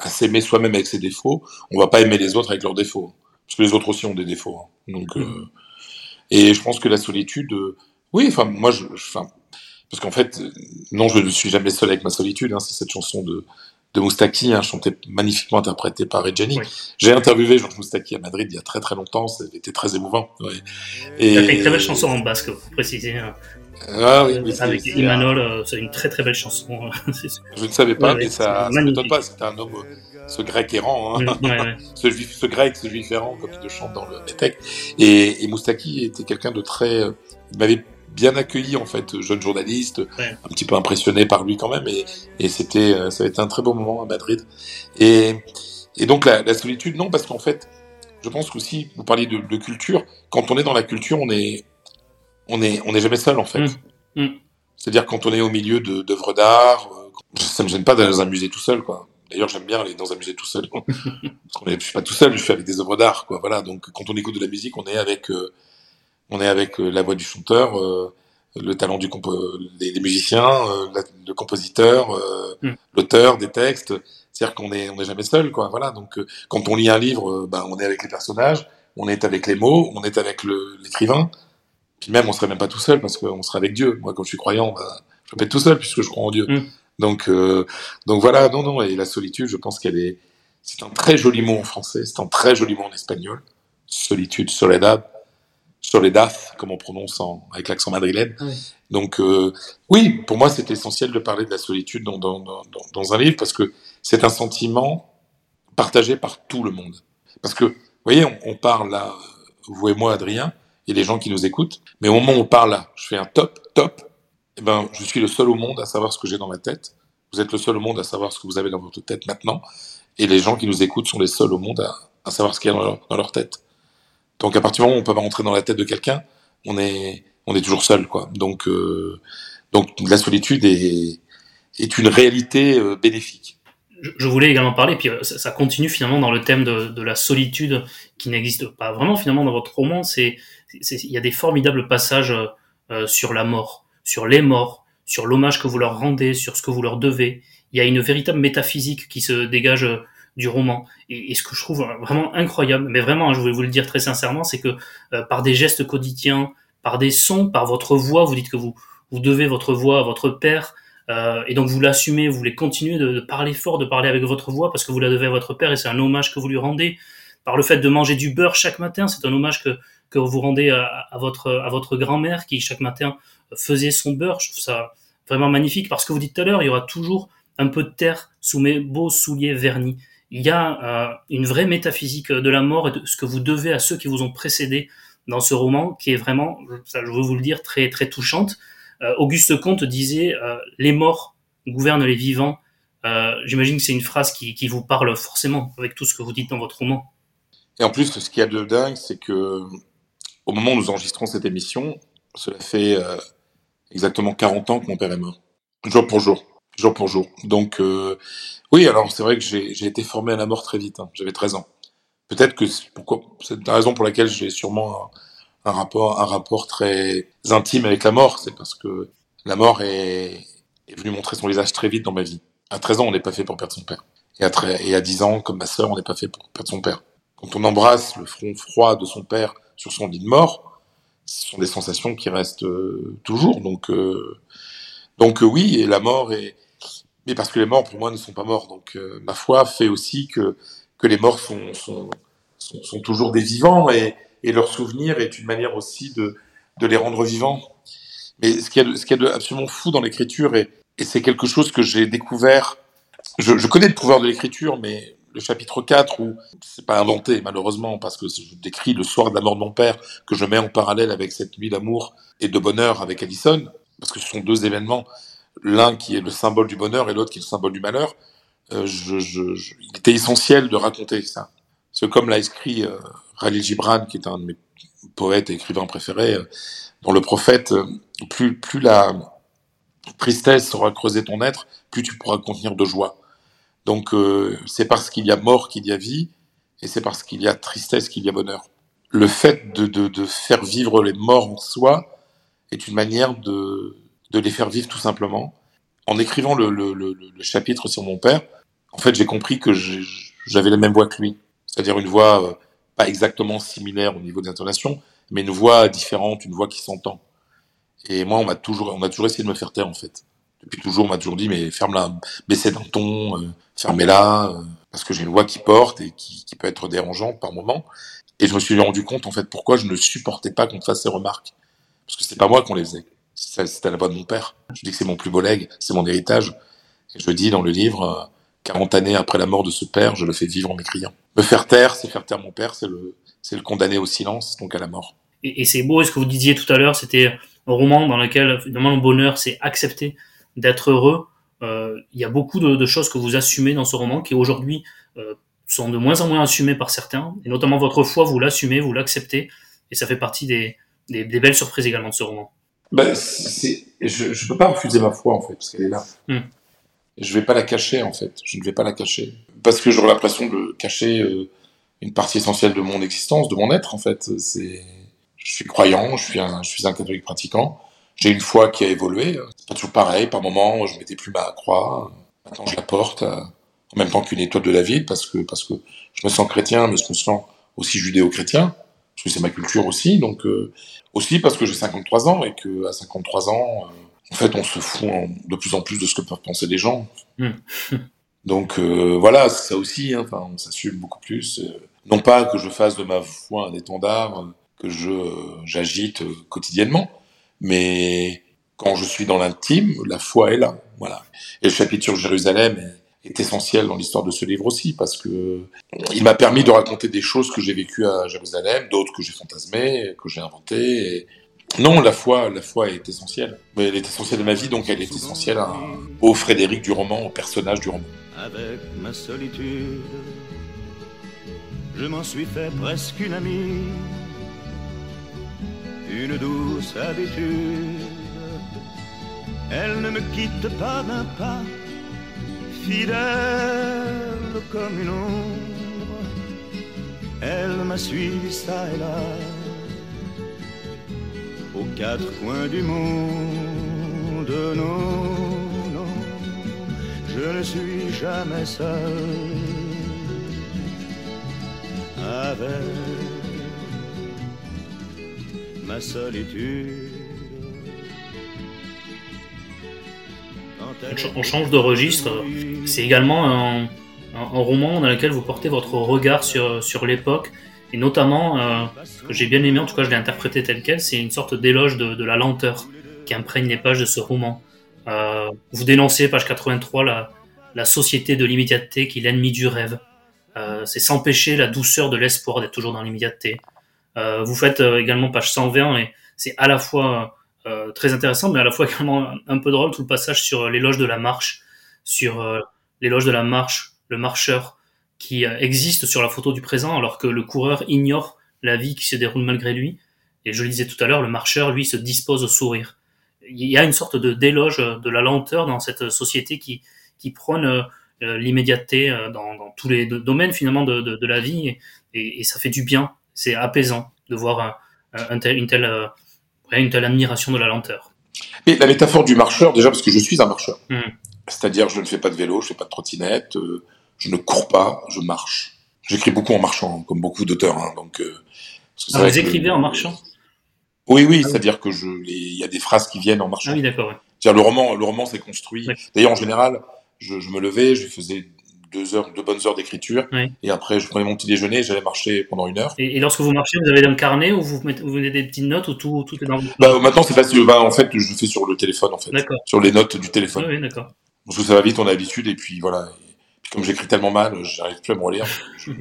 à s'aimer soi-même avec ses défauts, on va pas aimer les autres avec leurs défauts. Parce que les autres aussi ont des défauts. Hein. Donc, euh, et je pense que la solitude, euh, oui, enfin, moi, je, enfin, parce qu'en fait, euh, non, je ne suis jamais seul avec ma solitude. Hein, c'est cette chanson de, de Moustaki, hein, chantée magnifiquement interprétée par Reggiani. Oui. J'ai interviewé Georges Moustaki à Madrid il y a très très longtemps. C'était très émouvant. Ouais. Et... Il a fait une très belle chanson en basque, pour préciser. Hein. Ah oui, mais avec Imanol, un... c'est une très très belle chanson. Je ne savais pas, ouais, mais ça ne m'étonne pas. C'était un homme, ce grec errant, hein. ouais, ouais. ce, juif, ce grec, ce juif errant, comme il le chante dans le Métèque. Et, et Moustaki était quelqu'un de très. Euh, il m'avait bien accueilli en fait, jeune journaliste, ouais. un petit peu impressionné par lui quand même. Et, et c'était, euh, ça a été un très beau moment à Madrid. Et, et donc la, la solitude, non, parce qu'en fait, je pense qu'aussi, vous parliez de, de culture. Quand on est dans la culture, on est On est, on n'est jamais seul en fait. Mmh. Mmh. C'est-à-dire quand on est au milieu de, d'œuvres d'art, euh, ça me gêne pas d'aller dans un musée tout seul, quoi. D'ailleurs, j'aime bien aller dans un musée tout seul. Parce qu'on est, je suis pas tout seul, je suis avec des œuvres d'art, quoi. Voilà. Donc, quand on écoute de la musique, on est avec, euh, on est avec euh, la voix du chanteur, euh, le talent du compo- des, des musiciens, euh, la, le compositeur, euh, mmh. l'auteur des textes. C'est-à-dire qu'on est, on n'est jamais seul, quoi. Voilà. Donc, euh, quand on lit un livre, euh, ben, on est avec les personnages, on est avec les mots, on est avec le, l'écrivain. Puis même, on serait même pas tout seul parce qu'on serait avec Dieu. Moi, quand je suis croyant, bah, je peux être tout seul puisque je crois en Dieu. Mmh. Donc, euh, donc voilà, non, non. Et la solitude, je pense qu'elle est, c'est un très joli mot en français, c'est un très joli mot en espagnol. Solitude, soledad, soledad, comme on prononce en, avec l'accent madrilène. Oui. Donc, euh, oui, pour moi, c'est essentiel de parler de la solitude dans, dans, dans, dans un livre parce que c'est un sentiment partagé par tout le monde. Parce que, vous voyez, on, on parle là, vous et moi, Adrien, et les gens qui nous écoutent. Mais au moment où on parle là, je fais un top, top, eh ben, je suis le seul au monde à savoir ce que j'ai dans ma tête. Vous êtes le seul au monde à savoir ce que vous avez dans votre tête maintenant. Et les gens qui nous écoutent sont les seuls au monde à, à savoir ce qu'il y a dans leur, dans leur tête. Donc, à partir du moment où on peut pas rentrer dans la tête de quelqu'un, on est, on est toujours seul, quoi. Donc, euh, donc, la solitude est, est une réalité euh, bénéfique. Je voulais également parler, puis ça continue finalement dans le thème de, de la solitude qui n'existe pas vraiment finalement dans votre roman. C'est, c'est, il y a des formidables passages euh, sur la mort, sur les morts, sur l'hommage que vous leur rendez, sur ce que vous leur devez. Il y a une véritable métaphysique qui se dégage du roman. Et, et ce que je trouve vraiment incroyable, mais vraiment, je voulais vous le dire très sincèrement, c'est que euh, par des gestes quotidiens, par des sons, par votre voix, vous dites que vous, vous devez votre voix à votre père. Euh, et donc vous l'assumez, vous voulez continuer de, de parler fort, de parler avec votre voix parce que vous la devez à votre père et c'est un hommage que vous lui rendez. Par le fait de manger du beurre chaque matin, c'est un hommage que, que vous rendez à, à, votre, à votre grand-mère qui chaque matin faisait son beurre. Je trouve ça vraiment magnifique parce que vous dites tout à l'heure, il y aura toujours un peu de terre sous mes beaux souliers vernis. Il y a euh, une vraie métaphysique de la mort et de ce que vous devez à ceux qui vous ont précédé dans ce roman qui est vraiment, ça, je veux vous le dire, très, très touchante. Euh, Auguste Comte disait euh, « Les morts gouvernent les vivants euh, ». J'imagine que c'est une phrase qui, qui vous parle forcément avec tout ce que vous dites dans votre roman. Et en plus, ce qu'il y a de dingue, c'est que au moment où nous enregistrons cette émission, cela fait euh, exactement quarante ans que mon père est mort. Jour pour jour. Jour pour jour. Donc, euh, oui, alors c'est vrai que j'ai, j'ai été formé à la mort très vite. Hein. J'avais treize ans. Peut-être que c'est, pourquoi, c'est la raison pour laquelle j'ai sûrement... Un, un rapport, un rapport très intime avec la mort, c'est parce que la mort est, est venue montrer son visage très vite dans ma vie. À treize ans, on n'est pas fait pour perdre son père. Et à, très, et à dix ans, comme ma sœur, on n'est pas fait pour perdre son père. Quand on embrasse le front froid de son père sur son lit de mort, ce sont des sensations qui restent euh, toujours. Donc, euh, donc euh, oui, et la mort est... Mais parce que les morts, pour moi, ne sont pas morts. Donc euh, ma foi fait aussi que, que les morts sont, sont, sont, sont toujours des vivants et Et leur souvenir est une manière aussi de, de les rendre vivants. Mais ce qu'il y a de, ce qu'il y a de absolument fou dans l'écriture, et, et c'est quelque chose que j'ai découvert, je, je connais le pouvoir de l'écriture, mais le chapitre quatre, où c'est pas inventé, malheureusement, parce que je décris le soir de la mort de mon père, que je mets en parallèle avec cette nuit d'amour et de bonheur avec Alison, parce que ce sont deux événements, l'un qui est le symbole du bonheur et l'autre qui est le symbole du malheur. Euh, je, je, je, il était essentiel de raconter ça. C'est comme l'a écrit euh, Khalil Gibran, qui est un de mes poètes et écrivains préférés, euh, dans Le Prophète, euh, plus, plus la tristesse saura creuser ton être, plus tu pourras contenir de joie. Donc euh, c'est parce qu'il y a mort qu'il y a vie, et c'est parce qu'il y a tristesse qu'il y a bonheur. Le fait de, de, de faire vivre les morts en soi est une manière de, de les faire vivre tout simplement. En écrivant le, le, le, le chapitre sur mon père, En fait, j'ai compris que j'ai- j'avais la même voix que lui. C'est-à-dire une voix euh, pas exactement similaire au niveau des intonations, mais une voix différente, une voix qui s'entend. Et moi, on m'a toujours, on a toujours essayé de me faire taire, en fait. Depuis toujours, on m'a toujours dit, mais ferme-la, baissez d'un ton, euh, fermez-la, euh, parce que j'ai une voix qui porte et qui, qui peut être dérangeante par moments. Et je me suis rendu compte, en fait, pourquoi je ne supportais pas qu'on me fasse ces remarques. Parce que c'est pas moi qu'on les faisait. C'était c'était la voix de mon père. Je dis que c'est mon plus beau legs, c'est mon héritage. Et je dis dans le livre, euh, quarante années après la mort de ce père, je le fais vivre en m'écriant. Me faire taire, c'est faire taire mon père, c'est le, c'est le condamner au silence, donc à la mort. Et, et c'est beau, et ce que vous disiez tout à l'heure, c'était un roman dans lequel, finalement, le bonheur, c'est accepter d'être heureux. Euh, Il y a beaucoup de, de choses que vous assumez dans ce roman qui, aujourd'hui, euh, sont de moins en moins assumées par certains, et notamment votre foi, vous l'assumez, vous l'acceptez, et ça fait partie des, des, des belles surprises également de ce roman. Ben, c'est, je, je peux pas refuser ma foi, en fait, parce qu'elle est là. Hmm. Je vais pas la cacher, en fait. Je ne vais pas la cacher. Parce que j'aurais l'impression de cacher euh, une partie essentielle de mon existence, de mon être, en fait. C'est, je suis croyant, je suis un, je suis un catholique pratiquant. J'ai une foi qui a évolué. C'est pas toujours pareil. Par moments, je mettais plus ma croix. Maintenant, je la porte euh, en même temps qu'une étoile de David, parce que, parce que je me sens chrétien, mais je me sens aussi judéo-chrétien, parce que c'est ma culture aussi. Donc, euh, aussi parce que j'ai cinquante-trois ans et que à cinquante-trois ans, euh, en fait, on se fout en- de plus en plus de ce que peuvent penser les gens. Hmm. Donc euh, voilà, c'est ça aussi. Hein, enfin, on s'assume beaucoup plus. Euh, non pas que je fasse de ma foi un étendard euh, que je euh, j'agite euh, quotidiennement, mais quand je suis dans l'intime, la foi est là. Voilà. Et le chapitre sur Jérusalem est, est essentiel dans l'histoire de ce livre aussi, parce que il m'a permis de raconter des choses que j'ai vécues à Jérusalem, d'autres que j'ai fantasmées, que j'ai inventées. Et... Non, la foi, la foi est essentielle. Mais elle est essentielle de ma vie, donc elle est essentielle à, au Frédéric du roman, au personnage du roman. Avec ma solitude, je m'en suis fait presque une amie, une douce habitude. Elle ne me quitte pas d'un pas, fidèle comme une ombre. Elle m'a suivi ça et là, aux quatre coins du monde. Non, non, je ne suis jamais seul avec ma solitude. On change de registre. C'est également un, un, un roman dans lequel vous portez votre regard sur, sur l'époque, et notamment, euh, ce que j'ai bien aimé, en tout cas je l'ai interprété tel quel, c'est une sorte d'éloge de, de la lenteur qui imprègne les pages de ce roman. Euh, vous dénoncez, page quatre-vingt-trois, la, la société de l'immédiateté qui est l'ennemi du rêve. Euh, c'est s'empêcher la douceur de l'espoir d'être toujours dans l'immédiateté. Euh, vous faites euh, également page cent vingt, et c'est à la fois euh, très intéressant, mais à la fois également un, un peu drôle, tout le passage sur l'éloge de la marche, sur euh, l'éloge de la marche, le marcheur, qui euh, existe sur la photo du présent, alors que le coureur ignore la vie qui se déroule malgré lui. Et je le disais tout à l'heure, le marcheur, lui, se dispose au sourire. Il y a une sorte de d'éloge de la lenteur dans cette société qui, qui prône euh, l'immédiateté euh, dans, dans tous les domaines, finalement, de, de, de la vie, et, et, et ça fait du bien. C'est apaisant de voir un, un tel, une, telle, euh, une telle admiration de la lenteur. Mais la métaphore du marcheur, déjà parce que je suis un marcheur. Mmh. C'est-à-dire, je ne fais pas de vélo, je fais pas de trottinette, euh, je ne cours pas, je marche. J'écris beaucoup en marchant, comme beaucoup d'auteurs. Hein, donc, euh, parce que c'est ah, vrai vous que, écrivez en marchant? Oui, oui, ah, c'est-à-dire oui. que je, il y a des phrases qui viennent en marchant. Ah oui, d'accord. Ouais. C'est-à-dire le roman, le roman s'est construit. Ouais. D'ailleurs, en général, je, je me levais, je faisais deux heures, deux bonnes heures d'écriture, ouais. Et après, je prenais mon petit déjeuner, et j'allais marcher pendant une heure. Et, et lorsque vous marchez, vous avez un carnet où vous mettez, vous mettez des petites notes ou tout, tout est dans le... Bah, maintenant, c'est facile. Bah, en fait, je le fais sur le téléphone, en fait. D'accord. Sur les notes du téléphone. Oui, d'accord. Parce que ça va vite, on a l'habitude, et puis voilà. Et puis, comme j'écris tellement mal, j'arrive plus à me relire. je...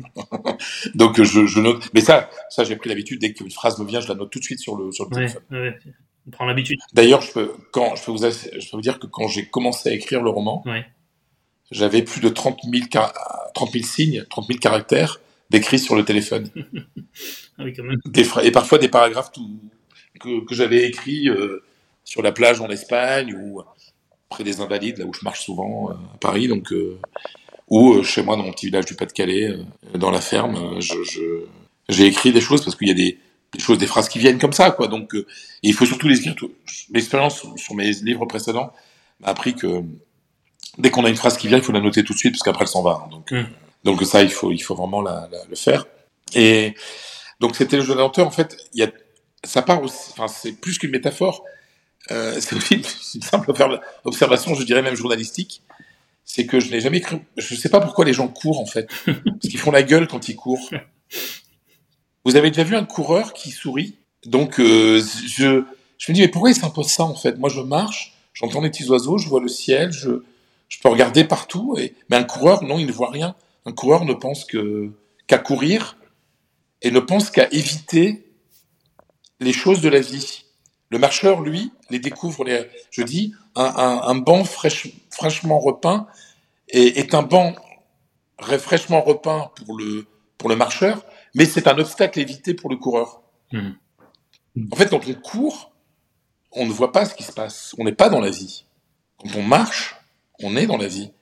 Donc, je, je note. Mais ça, ça, j'ai pris l'habitude, dès qu'une phrase me vient, je la note tout de suite sur le, sur le ouais, téléphone. Ouais. On prend l'habitude. D'ailleurs, je peux, quand, je peux vous, je peux vous dire que quand j'ai commencé à écrire le roman, ouais. j'avais plus de trente mille, trente mille signes, trente mille caractères décrits sur le téléphone. Ah oui, quand même. Des, et parfois des paragraphes tout, que, que j'avais écrits euh, sur la plage en Espagne ou près des Invalides, là où je marche souvent, euh, à Paris, donc, euh, ou euh, chez moi dans mon petit village du Pas-de-Calais, euh, dans la ferme, euh, je, je, j'ai écrit des choses parce qu'il y a des, des choses, des phrases qui viennent comme ça, quoi. Donc, euh, et il faut surtout les écrire. Tout. L'expérience sur mes livres précédents m'a appris que dès qu'on a une phrase qui vient, il faut la noter tout de suite parce qu'après elle s'en va. Hein, donc, mmh. donc ça, il faut, il faut vraiment la, la, le faire. Et donc c'était le jeu de la lenteur. En fait, il y a, ça part aussi. Enfin, c'est plus qu'une métaphore. Euh, c'est aussi une simple observation, je dirais même journalistique. C'est que je n'ai jamais cru. Je ne sais pas pourquoi les gens courent en fait, parce qu'ils font la gueule quand ils courent. Vous avez déjà vu un coureur qui sourit? Donc euh, je, je me dis mais pourquoi il s'impose ça en fait? Moi je marche, j'entends les petits oiseaux, je vois le ciel, je, je peux regarder partout. Et... Mais un coureur, non, il ne voit rien. Un coureur ne pense que qu'à courir et ne pense qu'à éviter les choses de la vie. Le marcheur, lui, les découvre. Les... Je dis, un, un, un banc fraîche, fraîchement repeint est, est un banc fraîchement repeint pour le, pour le marcheur, mais c'est un obstacle évité pour le coureur. Mmh. En fait, quand on court, on ne voit pas ce qui se passe. On n'est pas dans la vie. Quand on marche, on est dans la vie.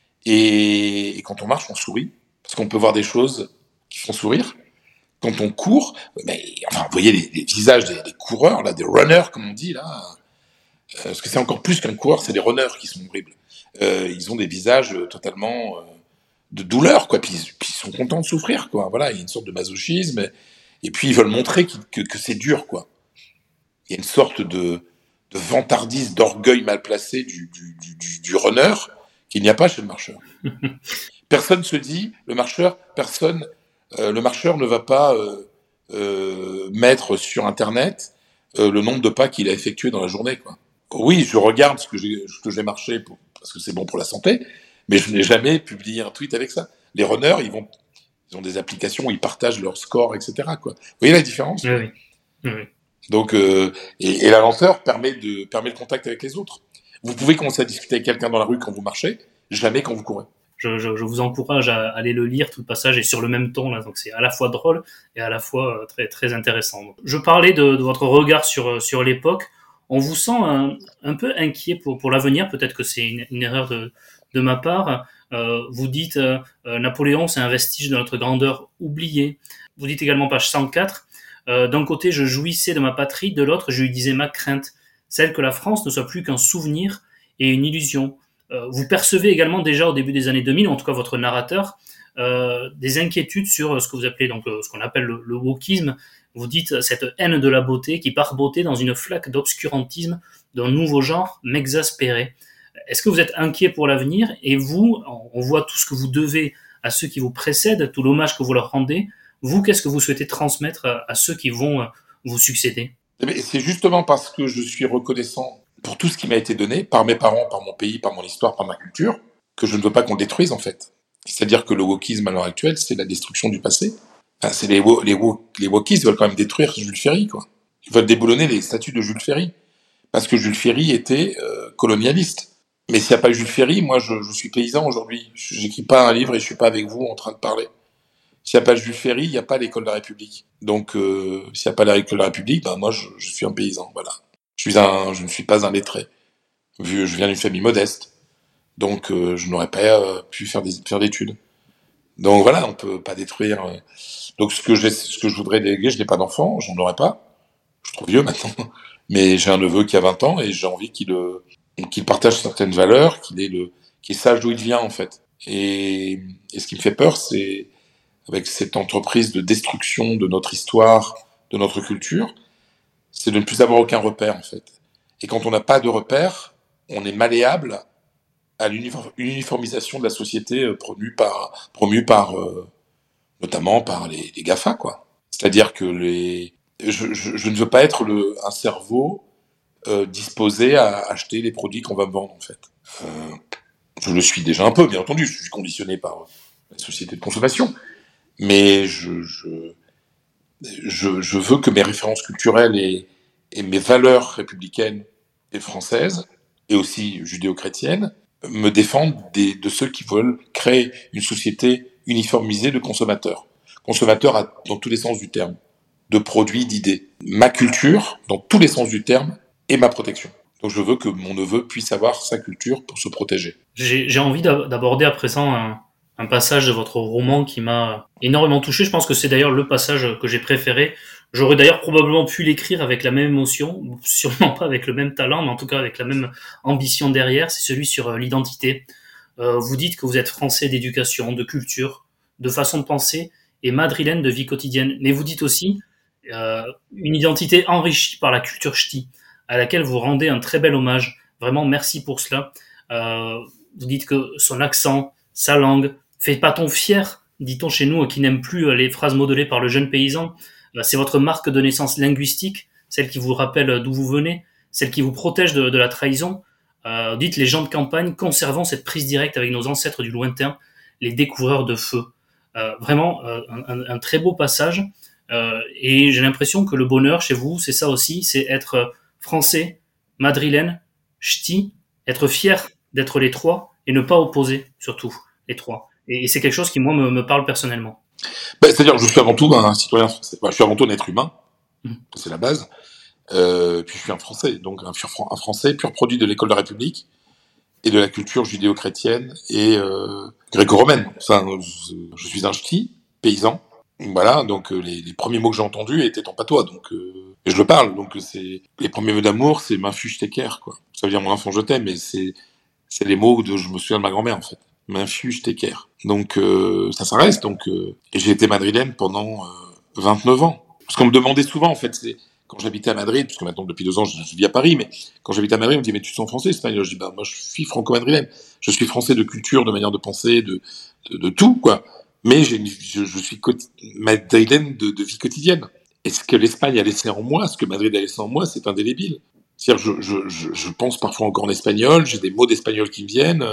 Et, et quand on marche, on sourit, parce qu'on peut voir des choses qui font sourire. Quand on court, mais, enfin, vous voyez les, les visages des, des coureurs, là, des runners, comme on dit, là, euh, parce que c'est encore plus qu'un coureur, c'est des runners qui sont horribles. Euh, ils ont des visages totalement euh, de douleur, quoi, puis, puis ils sont contents de souffrir, quoi. Voilà, il y a une sorte de masochisme, et, et puis ils veulent montrer que, que c'est dur, quoi. Il y a une sorte de, de vantardise, d'orgueil mal placé du, du, du, du runner qu'il n'y a pas chez le marcheur. Personne se dit, le marcheur, personne... Euh, le marcheur ne va pas euh, euh, mettre sur Internet euh, le nombre de pas qu'il a effectué dans la journée, quoi. Oui, je regarde ce que j'ai, ce que j'ai marché pour, parce que c'est bon pour la santé, mais je n'ai jamais publié un tweet avec ça. Les runners, ils vont, ils ont des applications où ils partagent leur score, et cetera, quoi. Vous voyez la différence? Oui, oui. oui. Donc, euh, et, et la lenteur permet de permet le contact avec les autres. Vous pouvez commencer à discuter avec quelqu'un dans la rue quand vous marchez, jamais quand vous courez. Je, je, je vous encourage à aller le lire, tout le passage est sur le même ton là, donc c'est à la fois drôle et à la fois très très intéressant. Je parlais de, de votre regard sur sur l'époque. On vous sent un, un peu inquiet pour pour l'avenir. Peut-être que c'est une, une erreur de de ma part. Euh, vous dites euh, Napoléon, c'est un vestige de notre grandeur oubliée. Vous dites également page cent quatre. Euh, d'un côté, je jouissais de ma patrie, de l'autre, je lui disais ma crainte, celle que la France ne soit plus qu'un souvenir et une illusion. Euh, vous percevez également déjà au début des années deux mille, en tout cas votre narrateur, euh, des inquiétudes sur ce que vous appelez donc ce qu'on appelle le, le wokisme. Vous dites cette haine de la beauté qui par beauté dans une flaque d'obscurantisme d'un nouveau genre m'exaspérait. Est-ce que vous êtes inquiet pour l'avenir? Et vous, on voit tout ce que vous devez à ceux qui vous précèdent, tout l'hommage que vous leur rendez. Vous, qu'est-ce que vous souhaitez transmettre à, à ceux qui vont vous succéder? C'est justement parce que je suis reconnaissant pour tout ce qui m'a été donné, par mes parents, par mon pays, par mon histoire, par ma culture, que je ne veux pas qu'on le détruise, en fait. C'est-à-dire que le wokisme, à l'heure actuelle, c'est la destruction du passé. Enfin, c'est les, wo- les, wo- les wokistes veulent quand même détruire Jules Ferry, quoi. Ils veulent déboulonner les statues de Jules Ferry. Parce que Jules Ferry était euh, colonialiste. Mais s'il n'y a pas eu Jules Ferry, moi, je, je suis paysan aujourd'hui. Je n'écris pas un livre et je suis pas avec vous en train de parler. S'il n'y a pas Jules Ferry, il n'y a pas l'école de la République. Donc, euh, s'il n'y a pas l'école de la République, ben moi, je, je suis un paysan, voilà. Je suis un, je ne suis pas un lettré. Vu, je viens d'une famille modeste, donc euh, je n'aurais pas euh, pu faire des faire d'études. Donc voilà, on peut pas détruire. Euh... Donc ce que je ce que je voudrais déléguer, je n'ai pas d'enfant, j'en aurais pas. Je suis trop vieux maintenant, mais j'ai un neveu qui a vingt ans et j'ai envie qu'il euh, qu'il partage certaines valeurs, qu'il ait le, qu'il sache d'où il vient en fait. Et, et ce qui me fait peur, c'est avec cette entreprise de destruction de notre histoire, de notre culture, c'est de ne plus avoir aucun repère, en fait. Et quand on n'a pas de repère, on est malléable à l'uniformisation de la société promue par, promue par euh, notamment par les, les GAFA, quoi. C'est-à-dire que les, je, je, je ne veux pas être le, un cerveau euh, disposé à acheter les produits qu'on va me vendre, en fait. Euh, je le suis déjà un peu, bien entendu, je suis conditionné par la société de consommation, mais je... je Je, je veux que mes références culturelles et, et mes valeurs républicaines et françaises, et aussi judéo-chrétiennes, me défendent des, de ceux qui veulent créer une société uniformisée de consommateurs. Consommateurs à, dans tous les sens du terme, de produits, d'idées. Ma culture, dans tous les sens du terme, est ma protection. Donc je veux que mon neveu puisse avoir sa culture pour se protéger. J'ai, j'ai envie d'aborder à présent un... un passage de votre roman qui m'a énormément touché. Je pense que c'est d'ailleurs le passage que j'ai préféré. J'aurais d'ailleurs probablement pu l'écrire avec la même émotion, sûrement pas avec le même talent, mais en tout cas avec la même ambition derrière. C'est celui sur l'identité. Euh, vous dites que vous êtes français d'éducation, de culture, de façon de penser et madrilène de vie quotidienne. Mais vous dites aussi euh, une identité enrichie par la culture ch'ti, à laquelle vous rendez un très bel hommage. Vraiment, merci pour cela. Euh, vous dites que son accent, sa langue, fait pas-on fier, dit-on chez nous, qui n'aime plus les phrases modelées par le jeune paysan. Euh, c'est votre marque de naissance linguistique, celle qui vous rappelle d'où vous venez, celle qui vous protège de, de la trahison. Euh, dites les gens de campagne, conservons cette prise directe avec nos ancêtres du lointain, les découvreurs de feu. Euh, vraiment, euh, un, un, un très beau passage. Euh, et j'ai l'impression que le bonheur chez vous, c'est ça aussi, c'est être français, madrilène, ch'ti, être fier d'être les trois et ne pas opposer, surtout, les trois. Et, et c'est quelque chose qui, moi, me, me parle personnellement. Ben, c'est-à-dire, je suis avant tout un citoyen français. Ben, je suis avant tout un être humain, mmh. C'est la base. Euh, puis je suis un Français, donc un, un Français pur produit de l'école de la République et de la culture judéo-chrétienne et euh, gréco-romaine. Enfin, je, je suis un ch'ti, paysan. Voilà, donc euh, les, les premiers mots que j'ai entendus étaient en patois, donc euh, et je le parle. Donc c'est les premiers mots d'amour, c'est m'infuge tes cœurs, quoi. Ça veut dire mon enfant, je t'aime, mais c'est c'est les mots de je me souviens de ma grand-mère en fait. M'infuge tes cœurs. Donc euh, ça, ça reste. Donc euh, et j'ai été madrilène pendant euh, vingt-neuf ans. Parce qu'on me demandait souvent en fait, c'est quand j'habitais à Madrid, puisque maintenant depuis deux ans je, je vis à Paris, mais quand j'habitais à Madrid, on me dit mais tu te sens français, espagnol. Je dis bah moi je suis franco-madrilène. Je suis français de culture, de manière de penser, de de, de tout quoi. Mais j'ai une, je, je suis quoti- madrilène de, de vie quotidienne. Et ce que l'Espagne a laissé en moi, ce que Madrid a laissé en moi, c'est indélébile. C'est-à-dire, je, je, je, je pense parfois encore en espagnol, j'ai des mots d'espagnol qui me viennent,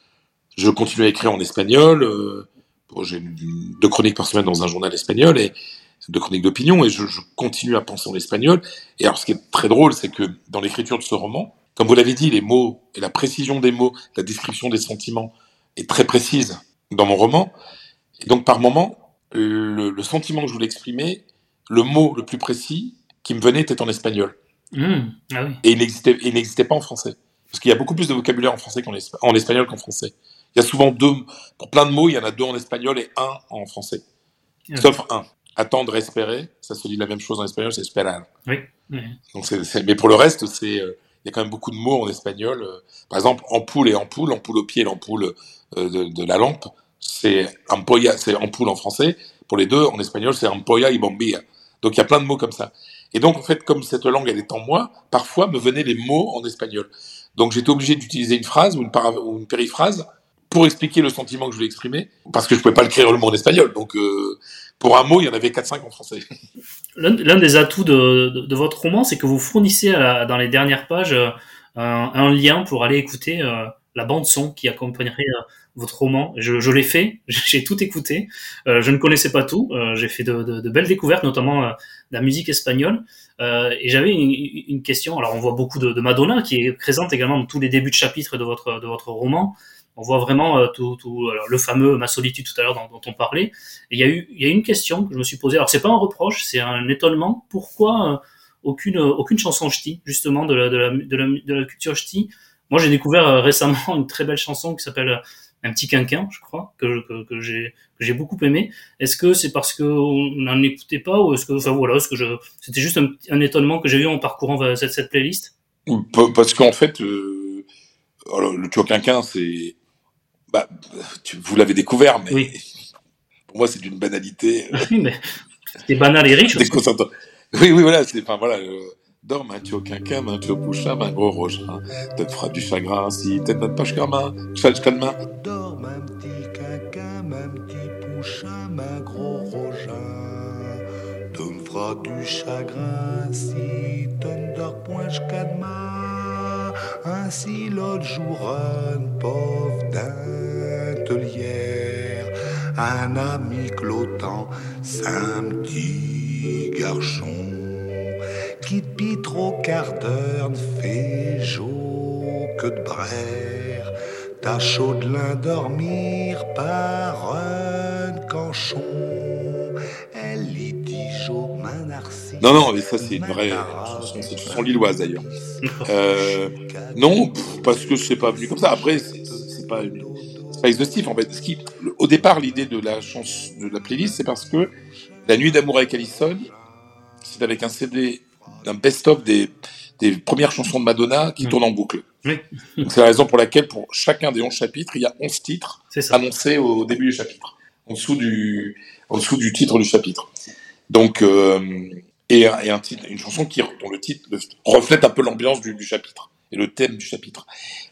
je continue à écrire en espagnol, euh, bon, j'ai deux chroniques par semaine dans un journal espagnol, et deux chroniques d'opinion, et je, je continue à penser en espagnol. Et alors, ce qui est très drôle, c'est que dans l'écriture de ce roman, comme vous l'avez dit, les mots, et la précision des mots, la description des sentiments est très précise dans mon roman. Et donc, par moment, le, le sentiment que je voulais exprimer, le mot le plus précis qui me venait était en espagnol. Mmh, ah oui. Et il n'existait, il n'existait pas en français. Parce qu'il y a beaucoup plus de vocabulaire en français qu'en espa- en espagnol qu'en français. Il y a souvent deux, pour plein de mots, il y en a deux en espagnol et un en français. Ah Sauf oui. un. Attendre, espérer, ça se dit la même chose en espagnol, c'est esperar. Oui. oui. Donc c'est, c'est, mais pour le reste, c'est, euh, il y a quand même beaucoup de mots en espagnol. Euh, par exemple, ampoule et ampoule, ampoule au pied et l'ampoule euh, de, de la lampe. C'est ampolla, c'est ampoule en français. Pour les deux, en espagnol, c'est ampolla y bombilla. Donc il y a plein de mots comme ça. Et donc en fait, comme cette langue elle est en moi, parfois me venaient les mots en espagnol. Donc j'étais obligé d'utiliser une phrase ou une, para- ou une périphrase pour expliquer le sentiment que je voulais exprimer, parce que je pouvais pas l'écrire le mot en espagnol. Donc euh, pour un mot, il y en avait quatre cinq en français. L'un, l'un des atouts de, de, de votre roman, c'est que vous fournissez à la, dans les dernières pages euh, un, un lien pour aller écouter euh, la bande son qui accompagnerait euh, votre roman. Je, je l'ai fait, j'ai tout écouté. Euh, je ne connaissais pas tout. Euh, j'ai fait de, de, de belles découvertes, notamment euh, de la musique espagnole. Euh, et j'avais une, une question. Alors, on voit beaucoup de, de Madonna qui est présente également dans tous les débuts de chapitres de votre de votre roman. On voit vraiment euh, tout, tout alors, le fameux Ma solitude tout à l'heure dont, dont on parlait. Et il y a eu il y a une question que je me suis posée. Alors, c'est pas un reproche, c'est un étonnement. Pourquoi euh, aucune aucune chanson ch'ti justement de la de la de la, de la culture ch'ti? Moi, j'ai découvert euh, récemment une très belle chanson qui s'appelle Un petit quinquin, je crois, que, que, que j'ai que j'ai beaucoup aimé. Est-ce que c'est parce que on n'en écoutait pas, ou est-ce que, enfin voilà, est-ce que je, c'était juste un, un étonnement que j'ai eu en parcourant cette, cette playlist? Parce qu'en fait, euh, alors, le Tio Quinquin, c'est, bah, tu, vous l'avez découvert, mais oui. Pour moi, c'est d'une banalité. Euh, oui, mais c'est banal et riche. Déconcertant. Oui, oui, voilà, c'est, enfin voilà. Euh, Dorme un Tio Quinquin, un Tio Poucha, un gros rogin. Te fera du chagrin si t'es notre poche gamin. Je fais le main. Dorme un petit quinquin, un petit poucha, un gros rogin. Tu me feras du chagrin si tu ne dors point jusqu'à demain. Ainsi l'autre jour, un pauvre d'intelière, un ami clotant, c'est un petit garçon qui depuis trop quart d'heure ne fait jour que de brère. T'as chaud de l'endormir par un canchon. Elle y dit jo main narcisse. Non, non, mais ça c'est une vraie chanson, c'est une chanson lilloise d'ailleurs. Euh, non, pff, parce que c'est pas venu comme ça. Après, c'est, c'est pas une, c'est pas exhaustif en fait. Ce qui, au départ, l'idée de la chanson, de la playlist, c'est parce que La Nuit d'amour avec Allison, c'est avec un C D, un best-of des, des premières chansons de Madonna qui mmh. tournent en boucle. Oui. Donc, c'est la raison pour laquelle, pour chacun des onze chapitres, il y a onze titres C'est ça. annoncés au début du chapitre, en dessous du, en dessous du titre du chapitre. Donc, euh, et, et un titre, une chanson qui, dont le titre reflète un peu l'ambiance du, du chapitre et le thème du chapitre.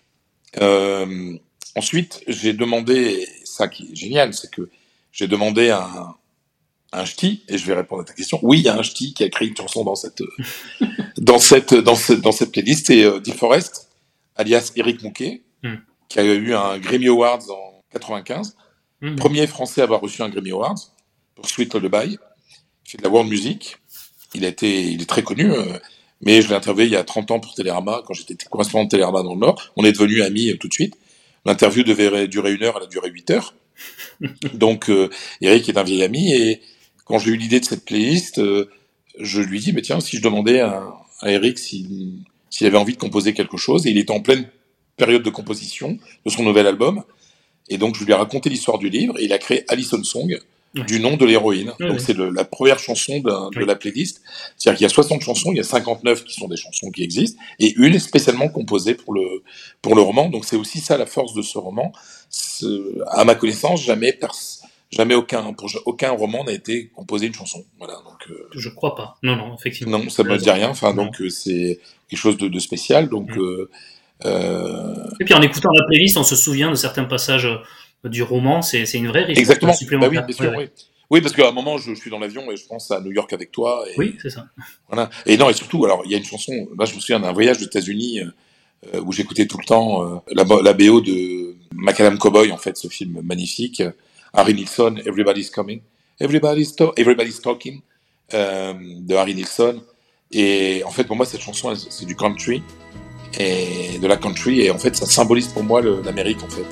Euh, ensuite, j'ai demandé, ça qui est génial, c'est que j'ai demandé à un, un ch'ti, et je vais répondre à ta question. Oui, il y a un ch'ti qui a créé une chanson dans cette, dans cette, dans cette, dans cette playlist, c'est euh, DeForest, alias Eric Mouquet, mm. qui a eu un Grammy Awards en quatre-vingt-quinze. Mm. Premier français à avoir reçu un Grammy Awards pour Sweet Lullaby. Il fait de la world music. Il a été, il est très connu, euh, mais je l'ai interviewé il y a trente ans pour Télérama, quand j'étais correspondant de Télérama dans le Nord. On est devenus amis euh, tout de suite. L'interview devait durer une heure, elle a duré huit heures. Donc, euh, Eric est un vieil ami, et quand j'ai eu l'idée de cette playlist, euh, je lui dis, mais tiens, si je demandais à, à Eric s'il, s'il avait envie de composer quelque chose, et il était en pleine période de composition de son nouvel album, et donc je lui ai raconté l'histoire du livre, et il a créé Alison Song, oui. du nom de l'héroïne. Oui, donc oui. c'est le, la première chanson de, oui. de la playlist. C'est-à-dire qu'il y a soixante chansons, il y a cinquante-neuf qui sont des chansons qui existent, et une est spécialement composée pour le, pour le roman. Donc c'est aussi ça la force de ce roman. C'est, à ma connaissance, jamais personne... Jamais aucun, pour aucun roman n'a été composé une chanson. Voilà, donc, euh, je crois pas. Non, non, effectivement. Non, ça me dit rien. Enfin, non. donc, euh, c'est quelque chose de, de spécial. Donc, mmh. euh, euh... Et puis, en écoutant la playlist, on se souvient de certains passages du roman. C'est, c'est une vraie richesse Exactement. supplémentaire. Bah oui, bien sûr, ouais, ouais. oui. Oui, parce qu'à un moment, je, je suis dans l'avion et je pense à New York avec toi. Et, oui, c'est ça. Voilà. Et non, et surtout, alors, il y a une chanson. Là, je me souviens d'un voyage aux États-Unis euh, où j'écoutais tout le temps euh, la, la B O de Macadam Cowboy, en fait, ce film magnifique. Harry Nilsson, Everybody's Coming, Everybody's, to- Everybody's Talking, euh, de Harry Nilsson. Et en fait, pour moi, cette chanson, c'est du country, et de la country, et en fait, ça symbolise pour moi le, l'Amérique, en fait.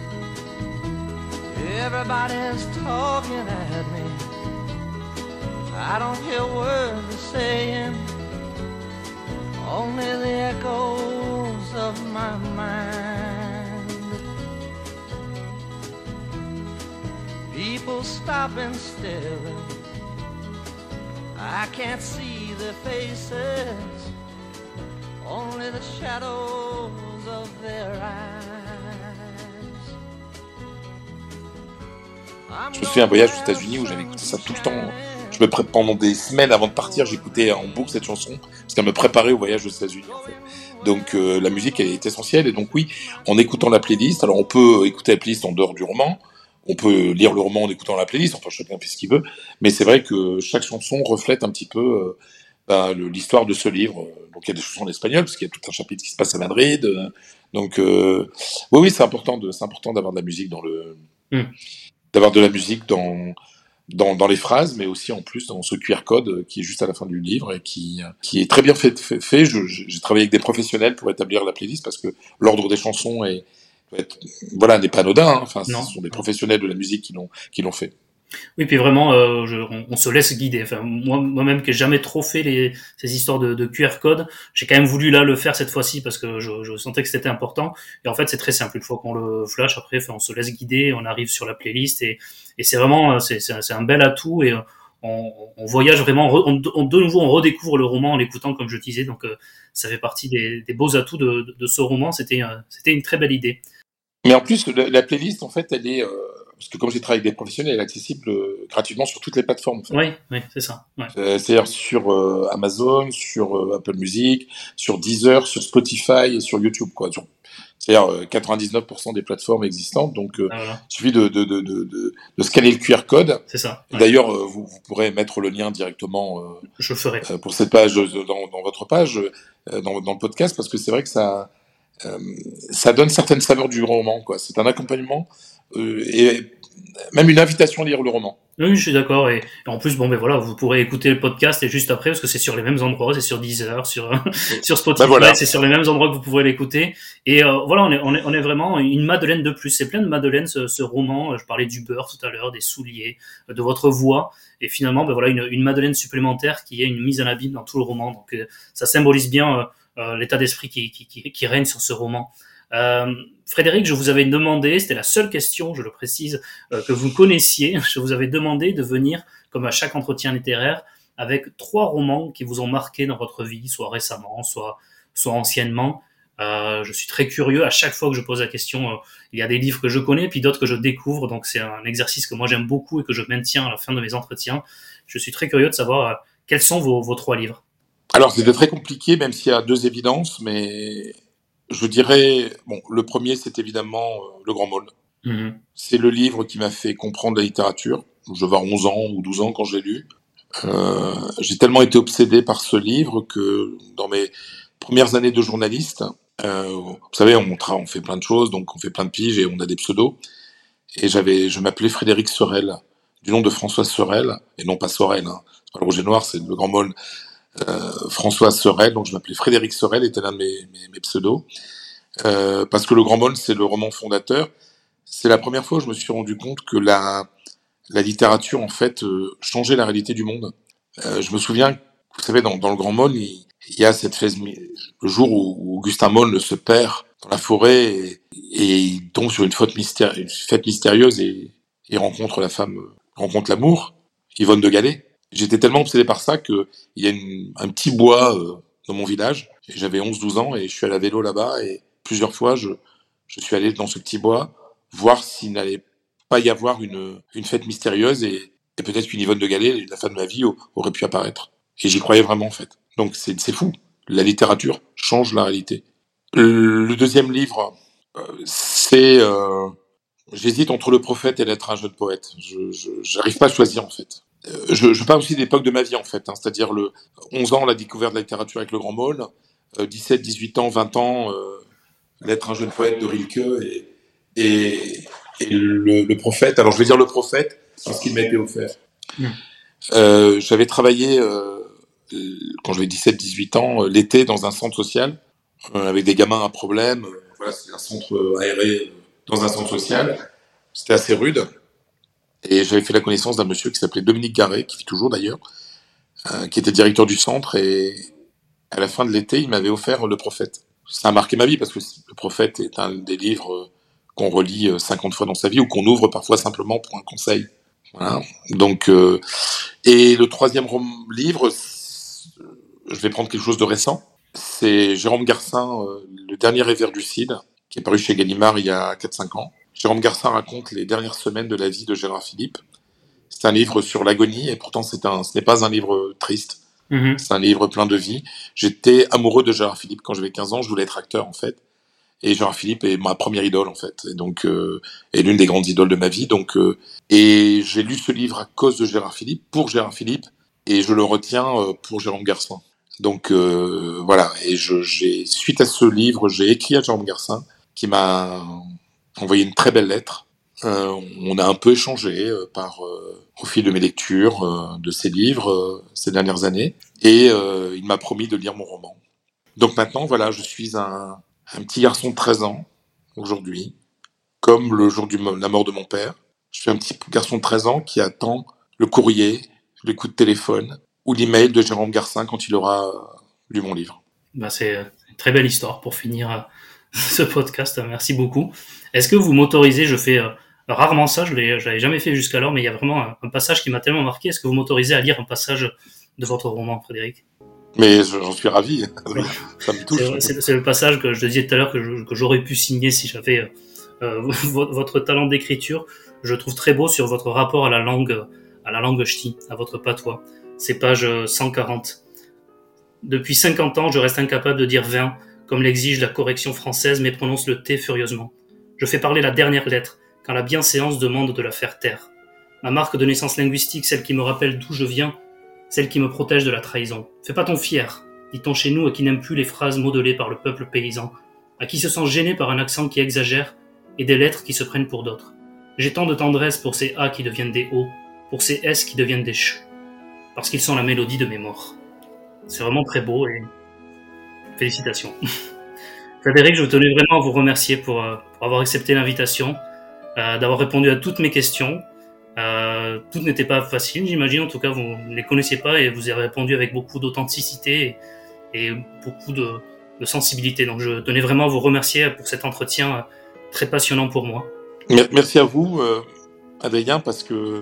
Everybody's talking at me. I don't hear words they're saying, only the echoes of my mind. People stopping still, I can't see their faces, only the shadows of their eyes. Je me souviens d'un voyage aux États-Unis où j'avais écouté ça tout le temps. Je me pré- pendant des semaines avant de partir, j'écoutais en boucle cette chanson parce qu'elle me préparait au voyage aux États-Unis. En fait. Donc euh, la musique elle est essentielle, et donc oui, en écoutant la playlist, alors on peut écouter la playlist en dehors du roman. On peut lire le roman en écoutant la playlist, enfin chacun fait ce qu'il veut, mais c'est vrai que chaque chanson reflète un petit peu euh, ben, le, l'histoire de ce livre. Donc il y a des chansons en espagnol, parce qu'il y a tout un chapitre qui se passe à Madrid. Euh, donc euh, oui, oui, c'est important, de, c'est important d'avoir de la musique dans le, mm. d'avoir de la musique dans, dans dans les phrases, mais aussi en plus dans ce Q R code qui est juste à la fin du livre et qui qui est très bien fait. fait, fait. Je, j'ai travaillé avec des professionnels pour établir la playlist parce que l'ordre des chansons est Être, voilà, n'est pas anodin. Hein. Enfin, non. Ce sont des professionnels de la musique qui l'ont, qui l'ont fait. Oui, puis vraiment, euh, je, on, on se laisse guider. Enfin, moi, moi-même, qui n'ai jamais trop fait les, ces histoires de, de Q R code, j'ai quand même voulu là le faire cette fois-ci parce que je, je sentais que c'était important. Et en fait, c'est très simple. Une fois qu'on le flash, après, enfin, on se laisse guider, on arrive sur la playlist et, et c'est vraiment, c'est, c'est, un, c'est un bel atout et on, on voyage vraiment. On, on, de nouveau, on redécouvre le roman en l'écoutant, comme je disais. Donc, euh, ça fait partie des, des beaux atouts de, de, de ce roman. C'était, euh, c'était une très belle idée. Mais en plus, la, la playlist, en fait, elle est, euh, parce que comme j'ai travaillé avec des professionnels, elle est accessible euh, gratuitement sur toutes les plateformes. En fait. Oui, oui, c'est ça. Ouais. Euh, c'est-à-dire sur euh, Amazon, sur euh, Apple Music, sur Deezer, sur Spotify et sur YouTube, quoi. Sur, c'est-à-dire euh, quatre-vingt-dix-neuf pour cent des plateformes existantes. Donc, euh, ah, voilà. Il suffit de, de, de, de, de, de scanner le Q R code. C'est ça. Ouais. D'ailleurs, euh, vous, vous pourrez mettre le lien directement euh, Je ferai. Euh, pour cette page euh, dans, dans votre page, euh, dans, dans le podcast, parce que c'est vrai que ça. Euh, ça donne certaines saveurs du roman, quoi. C'est un accompagnement euh, et même une invitation à lire le roman. Oui, je suis d'accord. Et, et en plus, bon, ben voilà, vous pourrez écouter le podcast et juste après, parce que c'est sur les mêmes endroits, c'est sur Deezer, sur sur Spotify, ben voilà. C'est sur les mêmes endroits que vous pourrez l'écouter. Et euh, voilà, on est, on est on est vraiment une Madeleine de plus. C'est plein de Madeleine ce, ce roman. Je parlais du beurre tout à l'heure, des souliers, de votre voix. Et finalement, ben voilà, une, une Madeleine supplémentaire qui est une mise en abîme dans tout le roman. Donc, euh, ça symbolise bien. Euh, Euh, l'état d'esprit qui, qui, qui, qui règne sur ce roman. Euh, Frédéric, je vous avais demandé, c'était la seule question, je le précise, euh, que vous connaissiez, je vous avais demandé de venir, comme à chaque entretien littéraire, avec trois romans qui vous ont marqué dans votre vie, soit récemment, soit, soit anciennement. Euh, je suis très curieux à chaque fois que je pose la question. Euh, il y a des livres que je connais, puis d'autres que je découvre. Donc c'est un exercice que moi j'aime beaucoup et que je maintiens à la fin de mes entretiens. Je suis très curieux de savoir euh, quels sont vos, vos trois livres. Alors c'était très compliqué, même s'il y a deux évidences, mais je dirais, bon, le premier c'est évidemment euh, Le Grand Môle. Mmh. C'est le livre qui m'a fait comprendre la littérature. Je vais avoir onze ans ou douze ans quand je l'ai lu. Euh, j'ai tellement été obsédé par ce livre que dans mes premières années de journaliste, euh, vous savez, on, tra- on fait plein de choses, donc on fait plein de piges et on a des pseudos. Et j'avais, je m'appelais Frédéric Sorel, du nom de François Sorel, et non pas Sorel, hein. C'est pas le Rouge et Noir, c'est Le Grand Môle. Euh, François Sorel, donc je m'appelais Frédéric Sorel, était l'un de mes, mes, mes pseudos. Euh, parce que Le Grand Môle, c'est le roman fondateur. C'est la première fois où je me suis rendu compte que la, la littérature, en fait, euh, changeait la réalité du monde. Euh, je me souviens, vous savez, dans, dans Le Grand Môle, il, il y a cette fête, le jour où, où Augustin Môle se perd dans la forêt et, et il tombe sur une fête, mystère, une fête mystérieuse et il rencontre la femme, rencontre l'amour, Yvonne de Gallet. J'étais tellement obsédé par ça que il y a une, un petit bois euh, dans mon village. Et j'avais onze douze ans et je suis allé à vélo là-bas et plusieurs fois je, je suis allé dans ce petit bois voir s'il n'allait pas y avoir une, une fête mystérieuse et, et peut-être qu'une Yvonne de Gallet, la femme de ma vie, aurait pu apparaître. Et j'y croyais vraiment en fait. Donc c'est, c'est fou. La littérature change la réalité. Le deuxième livre, euh, c'est... Euh, j'hésite entre Le Prophète et L'être un jeune poète. Je, je, j'arrive pas à choisir en fait. Euh, je, je parle aussi de l'époque de ma vie en fait, hein, c'est-à-dire le onze ans, la découverte de la littérature avec Le Grand Môle, euh, dix-sept, dix-huit ans, vingt ans, euh, L'être un jeune poète de Rilke et, et, et le, le Prophète. Alors je vais dire Le Prophète parce qu'il m'a été offert. Mmh. Euh, j'avais travaillé euh, quand j'avais dix-sept, dix-huit ans euh, l'été dans un centre social euh, avec des gamins à problème. Euh, voilà, c'est un centre aéré dans un centre social. C'était assez rude. Et j'avais fait la connaissance d'un monsieur qui s'appelait Dominique Garret, qui vit toujours d'ailleurs, euh, qui était directeur du centre. Et à la fin de l'été, il m'avait offert Le Prophète. Ça a marqué ma vie parce que Le Prophète est un des livres qu'on relit cinquante fois dans sa vie ou qu'on ouvre parfois simplement pour un conseil. Voilà. Donc, euh, et le troisième livre, je vais prendre quelque chose de récent. C'est Jérôme Garcin, euh, Le dernier réveil du Cid, qui est paru chez Gallimard il y a quatre cinq ans. Jérôme Garcin raconte les dernières semaines de la vie de Gérard Philipe. C'est un livre sur l'agonie et pourtant c'est un, ce n'est pas un livre triste. Mmh. C'est un livre plein de vie. J'étais amoureux de Gérard Philipe quand j'avais quinze ans. Je voulais être acteur en fait. Et Gérard Philippe est ma première idole en fait. Et donc, euh, est l'une des grandes idoles de ma vie. Donc, euh, et j'ai lu ce livre à cause de Gérard Philipe, pour Gérard Philippe, et je le retiens euh, pour Jérôme Garcin. Donc euh, voilà. Et je, j'ai suite à ce livre, j'ai écrit à Jérôme Garcin, qui m'a envoyé une très belle lettre. Euh, on a un peu échangé euh, par euh, au fil de mes lectures euh, de ses livres euh, ces dernières années, et euh, il m'a promis de lire mon roman. Donc maintenant, voilà, je suis un, un petit garçon de treize ans aujourd'hui, comme le jour de la mort de mon père. Je suis un petit garçon de treize ans qui attend le courrier, le coup de téléphone ou l'email de Jérôme Garcin quand il aura lu mon livre. Ben c'est une très belle histoire pour finir ce podcast. Merci beaucoup. Est-ce que vous m'autorisez, je fais euh, rarement ça, je l'ai, je l'avais jamais fait jusqu'alors, mais il y a vraiment un, un passage qui m'a tellement marqué. Est-ce que vous m'autorisez à lire un passage de votre roman, Frédéric ? Mais j'en suis ravi. Ça me touche. C'est, c'est, c'est le passage que je disais tout à l'heure que, je, que j'aurais pu signer si j'avais euh, votre talent d'écriture. Je trouve très beau sur votre rapport à la langue, à la langue ch'ti, à votre patois. C'est page cent quarante. Depuis cinquante ans, je reste incapable de dire vingt, comme l'exige la correction française, mais prononce le T furieusement. Je fais parler la dernière lettre, quand la bienséance demande de la faire taire. Ma marque de naissance linguistique, celle qui me rappelle d'où je viens, celle qui me protège de la trahison. Fais pas ton fier, dit-on chez nous, à qui n'aime plus les phrases modelées par le peuple paysan, à qui se sent gêné par un accent qui exagère et des lettres qui se prennent pour d'autres. J'ai tant de tendresse pour ces A qui deviennent des O, pour ces S qui deviennent des CH, parce qu'ils sont la mélodie de mes morts. C'est vraiment très beau et félicitations. Frédéric, je tenais vraiment à vous remercier pour, euh, pour avoir accepté l'invitation, euh, d'avoir répondu à toutes mes questions. Euh, toutes n'étaient pas faciles, j'imagine. En tout cas, vous ne les connaissiez pas et vous avez répondu avec beaucoup d'authenticité et, et beaucoup de, de sensibilité. Donc, je tenais vraiment à vous remercier pour cet entretien très passionnant pour moi. Merci à vous, euh, Adrien, parce que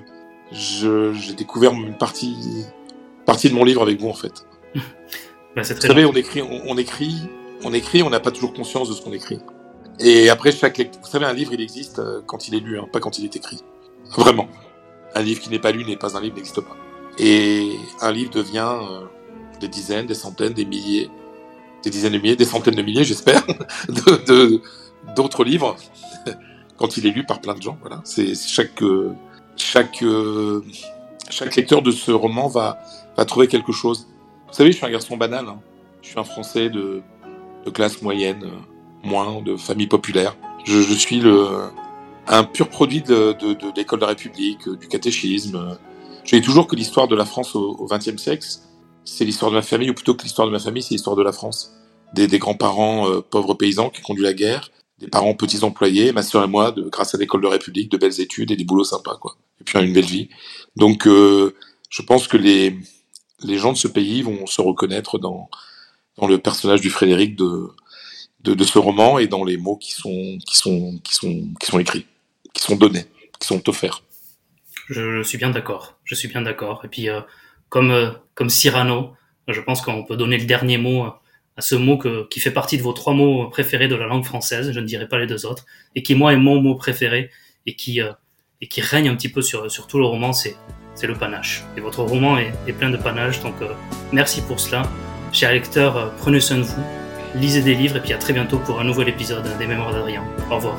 je, j'ai découvert une partie, partie de mon livre avec vous, en fait. Ben, c'est très vous savez, bon. on écrit, on, on écrit on écrit, on n'a pas toujours conscience de ce qu'on écrit. Et après, chaque lecture, vous savez, un livre, il existe quand il est lu, hein, pas quand il est écrit. Vraiment. Un livre qui n'est pas lu n'est pas un livre, n'existe pas. Et un livre devient euh, des dizaines, des centaines, des milliers, des dizaines de milliers, des centaines de milliers, j'espère, de, de, d'autres livres, quand il est lu par plein de gens. Voilà. C'est, c'est chaque, euh, chaque, euh, chaque lecteur de ce roman va, va trouver quelque chose. Vous savez, je suis un garçon banal. Hein. Je suis un Français de, de classe moyenne, euh, moins, de famille populaire. Je, je suis le, un pur produit de, de, de, de l'école de la République, du catéchisme. Je dis toujours que l'histoire de la France au vingtième siècle, c'est l'histoire de ma famille, ou plutôt que l'histoire de ma famille, c'est l'histoire de la France. Des, des grands-parents euh, pauvres paysans qui ont conduit la guerre, des parents petits employés, ma sœur et moi, de, grâce à l'école de République, de belles études et des boulots sympas, quoi. Et puis une belle vie. Donc, euh, je pense que les les gens de ce pays vont se reconnaître dans dans le personnage du Frédéric de de, de ce roman et dans les mots qui sont qui sont qui sont qui sont écrits, qui sont donnés, qui sont offerts. Je, je suis bien d'accord. Je suis bien d'accord. Et puis, euh, comme euh, comme Cyrano, je pense qu'on peut donner le dernier mot à ce mot que, qui fait partie de vos trois mots préférés de la langue française. Je ne dirai pas les deux autres, et qui moi est mon mot préféré et qui euh, et qui règne un petit peu sur sur tout le roman. C'est c'est le panache. Et votre roman est, est plein de panache. Donc euh, merci pour cela, chers lecteurs. Euh, prenez soin de vous, lisez des livres, et puis à très bientôt pour un nouvel épisode des Mémoires d'Adrien. Au revoir.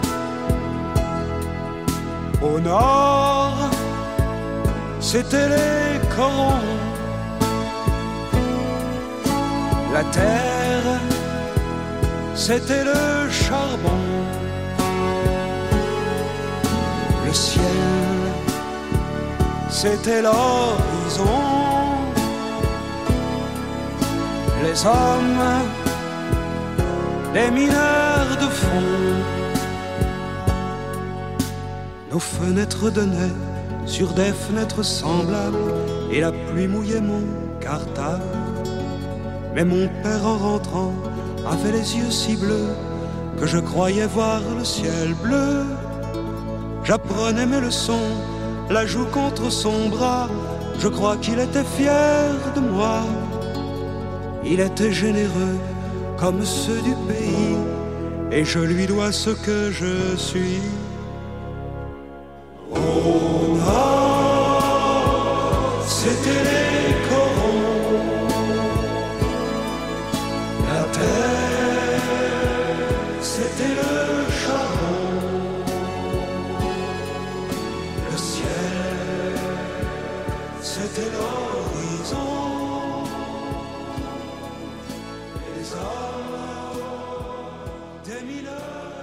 Au nord, c'était les corons. La terre, c'était le charbon. Le ciel, c'était l'horizon. Les hommes, les mineurs de fond. Nos fenêtres donnaient sur des fenêtres semblables, et la pluie mouillait mon cartable. Mais mon père en rentrant avait les yeux si bleus que je croyais voir le ciel bleu. J'apprenais mes leçons, la joue contre son bras. Je crois qu'il était fier de moi. Il était généreux comme ceux du pays, et je lui dois ce que je suis. Au nord, c'était les corons. La terre, c'était le charbon. Le ciel, c'était l'horizon. Et les hommes, des mineurs.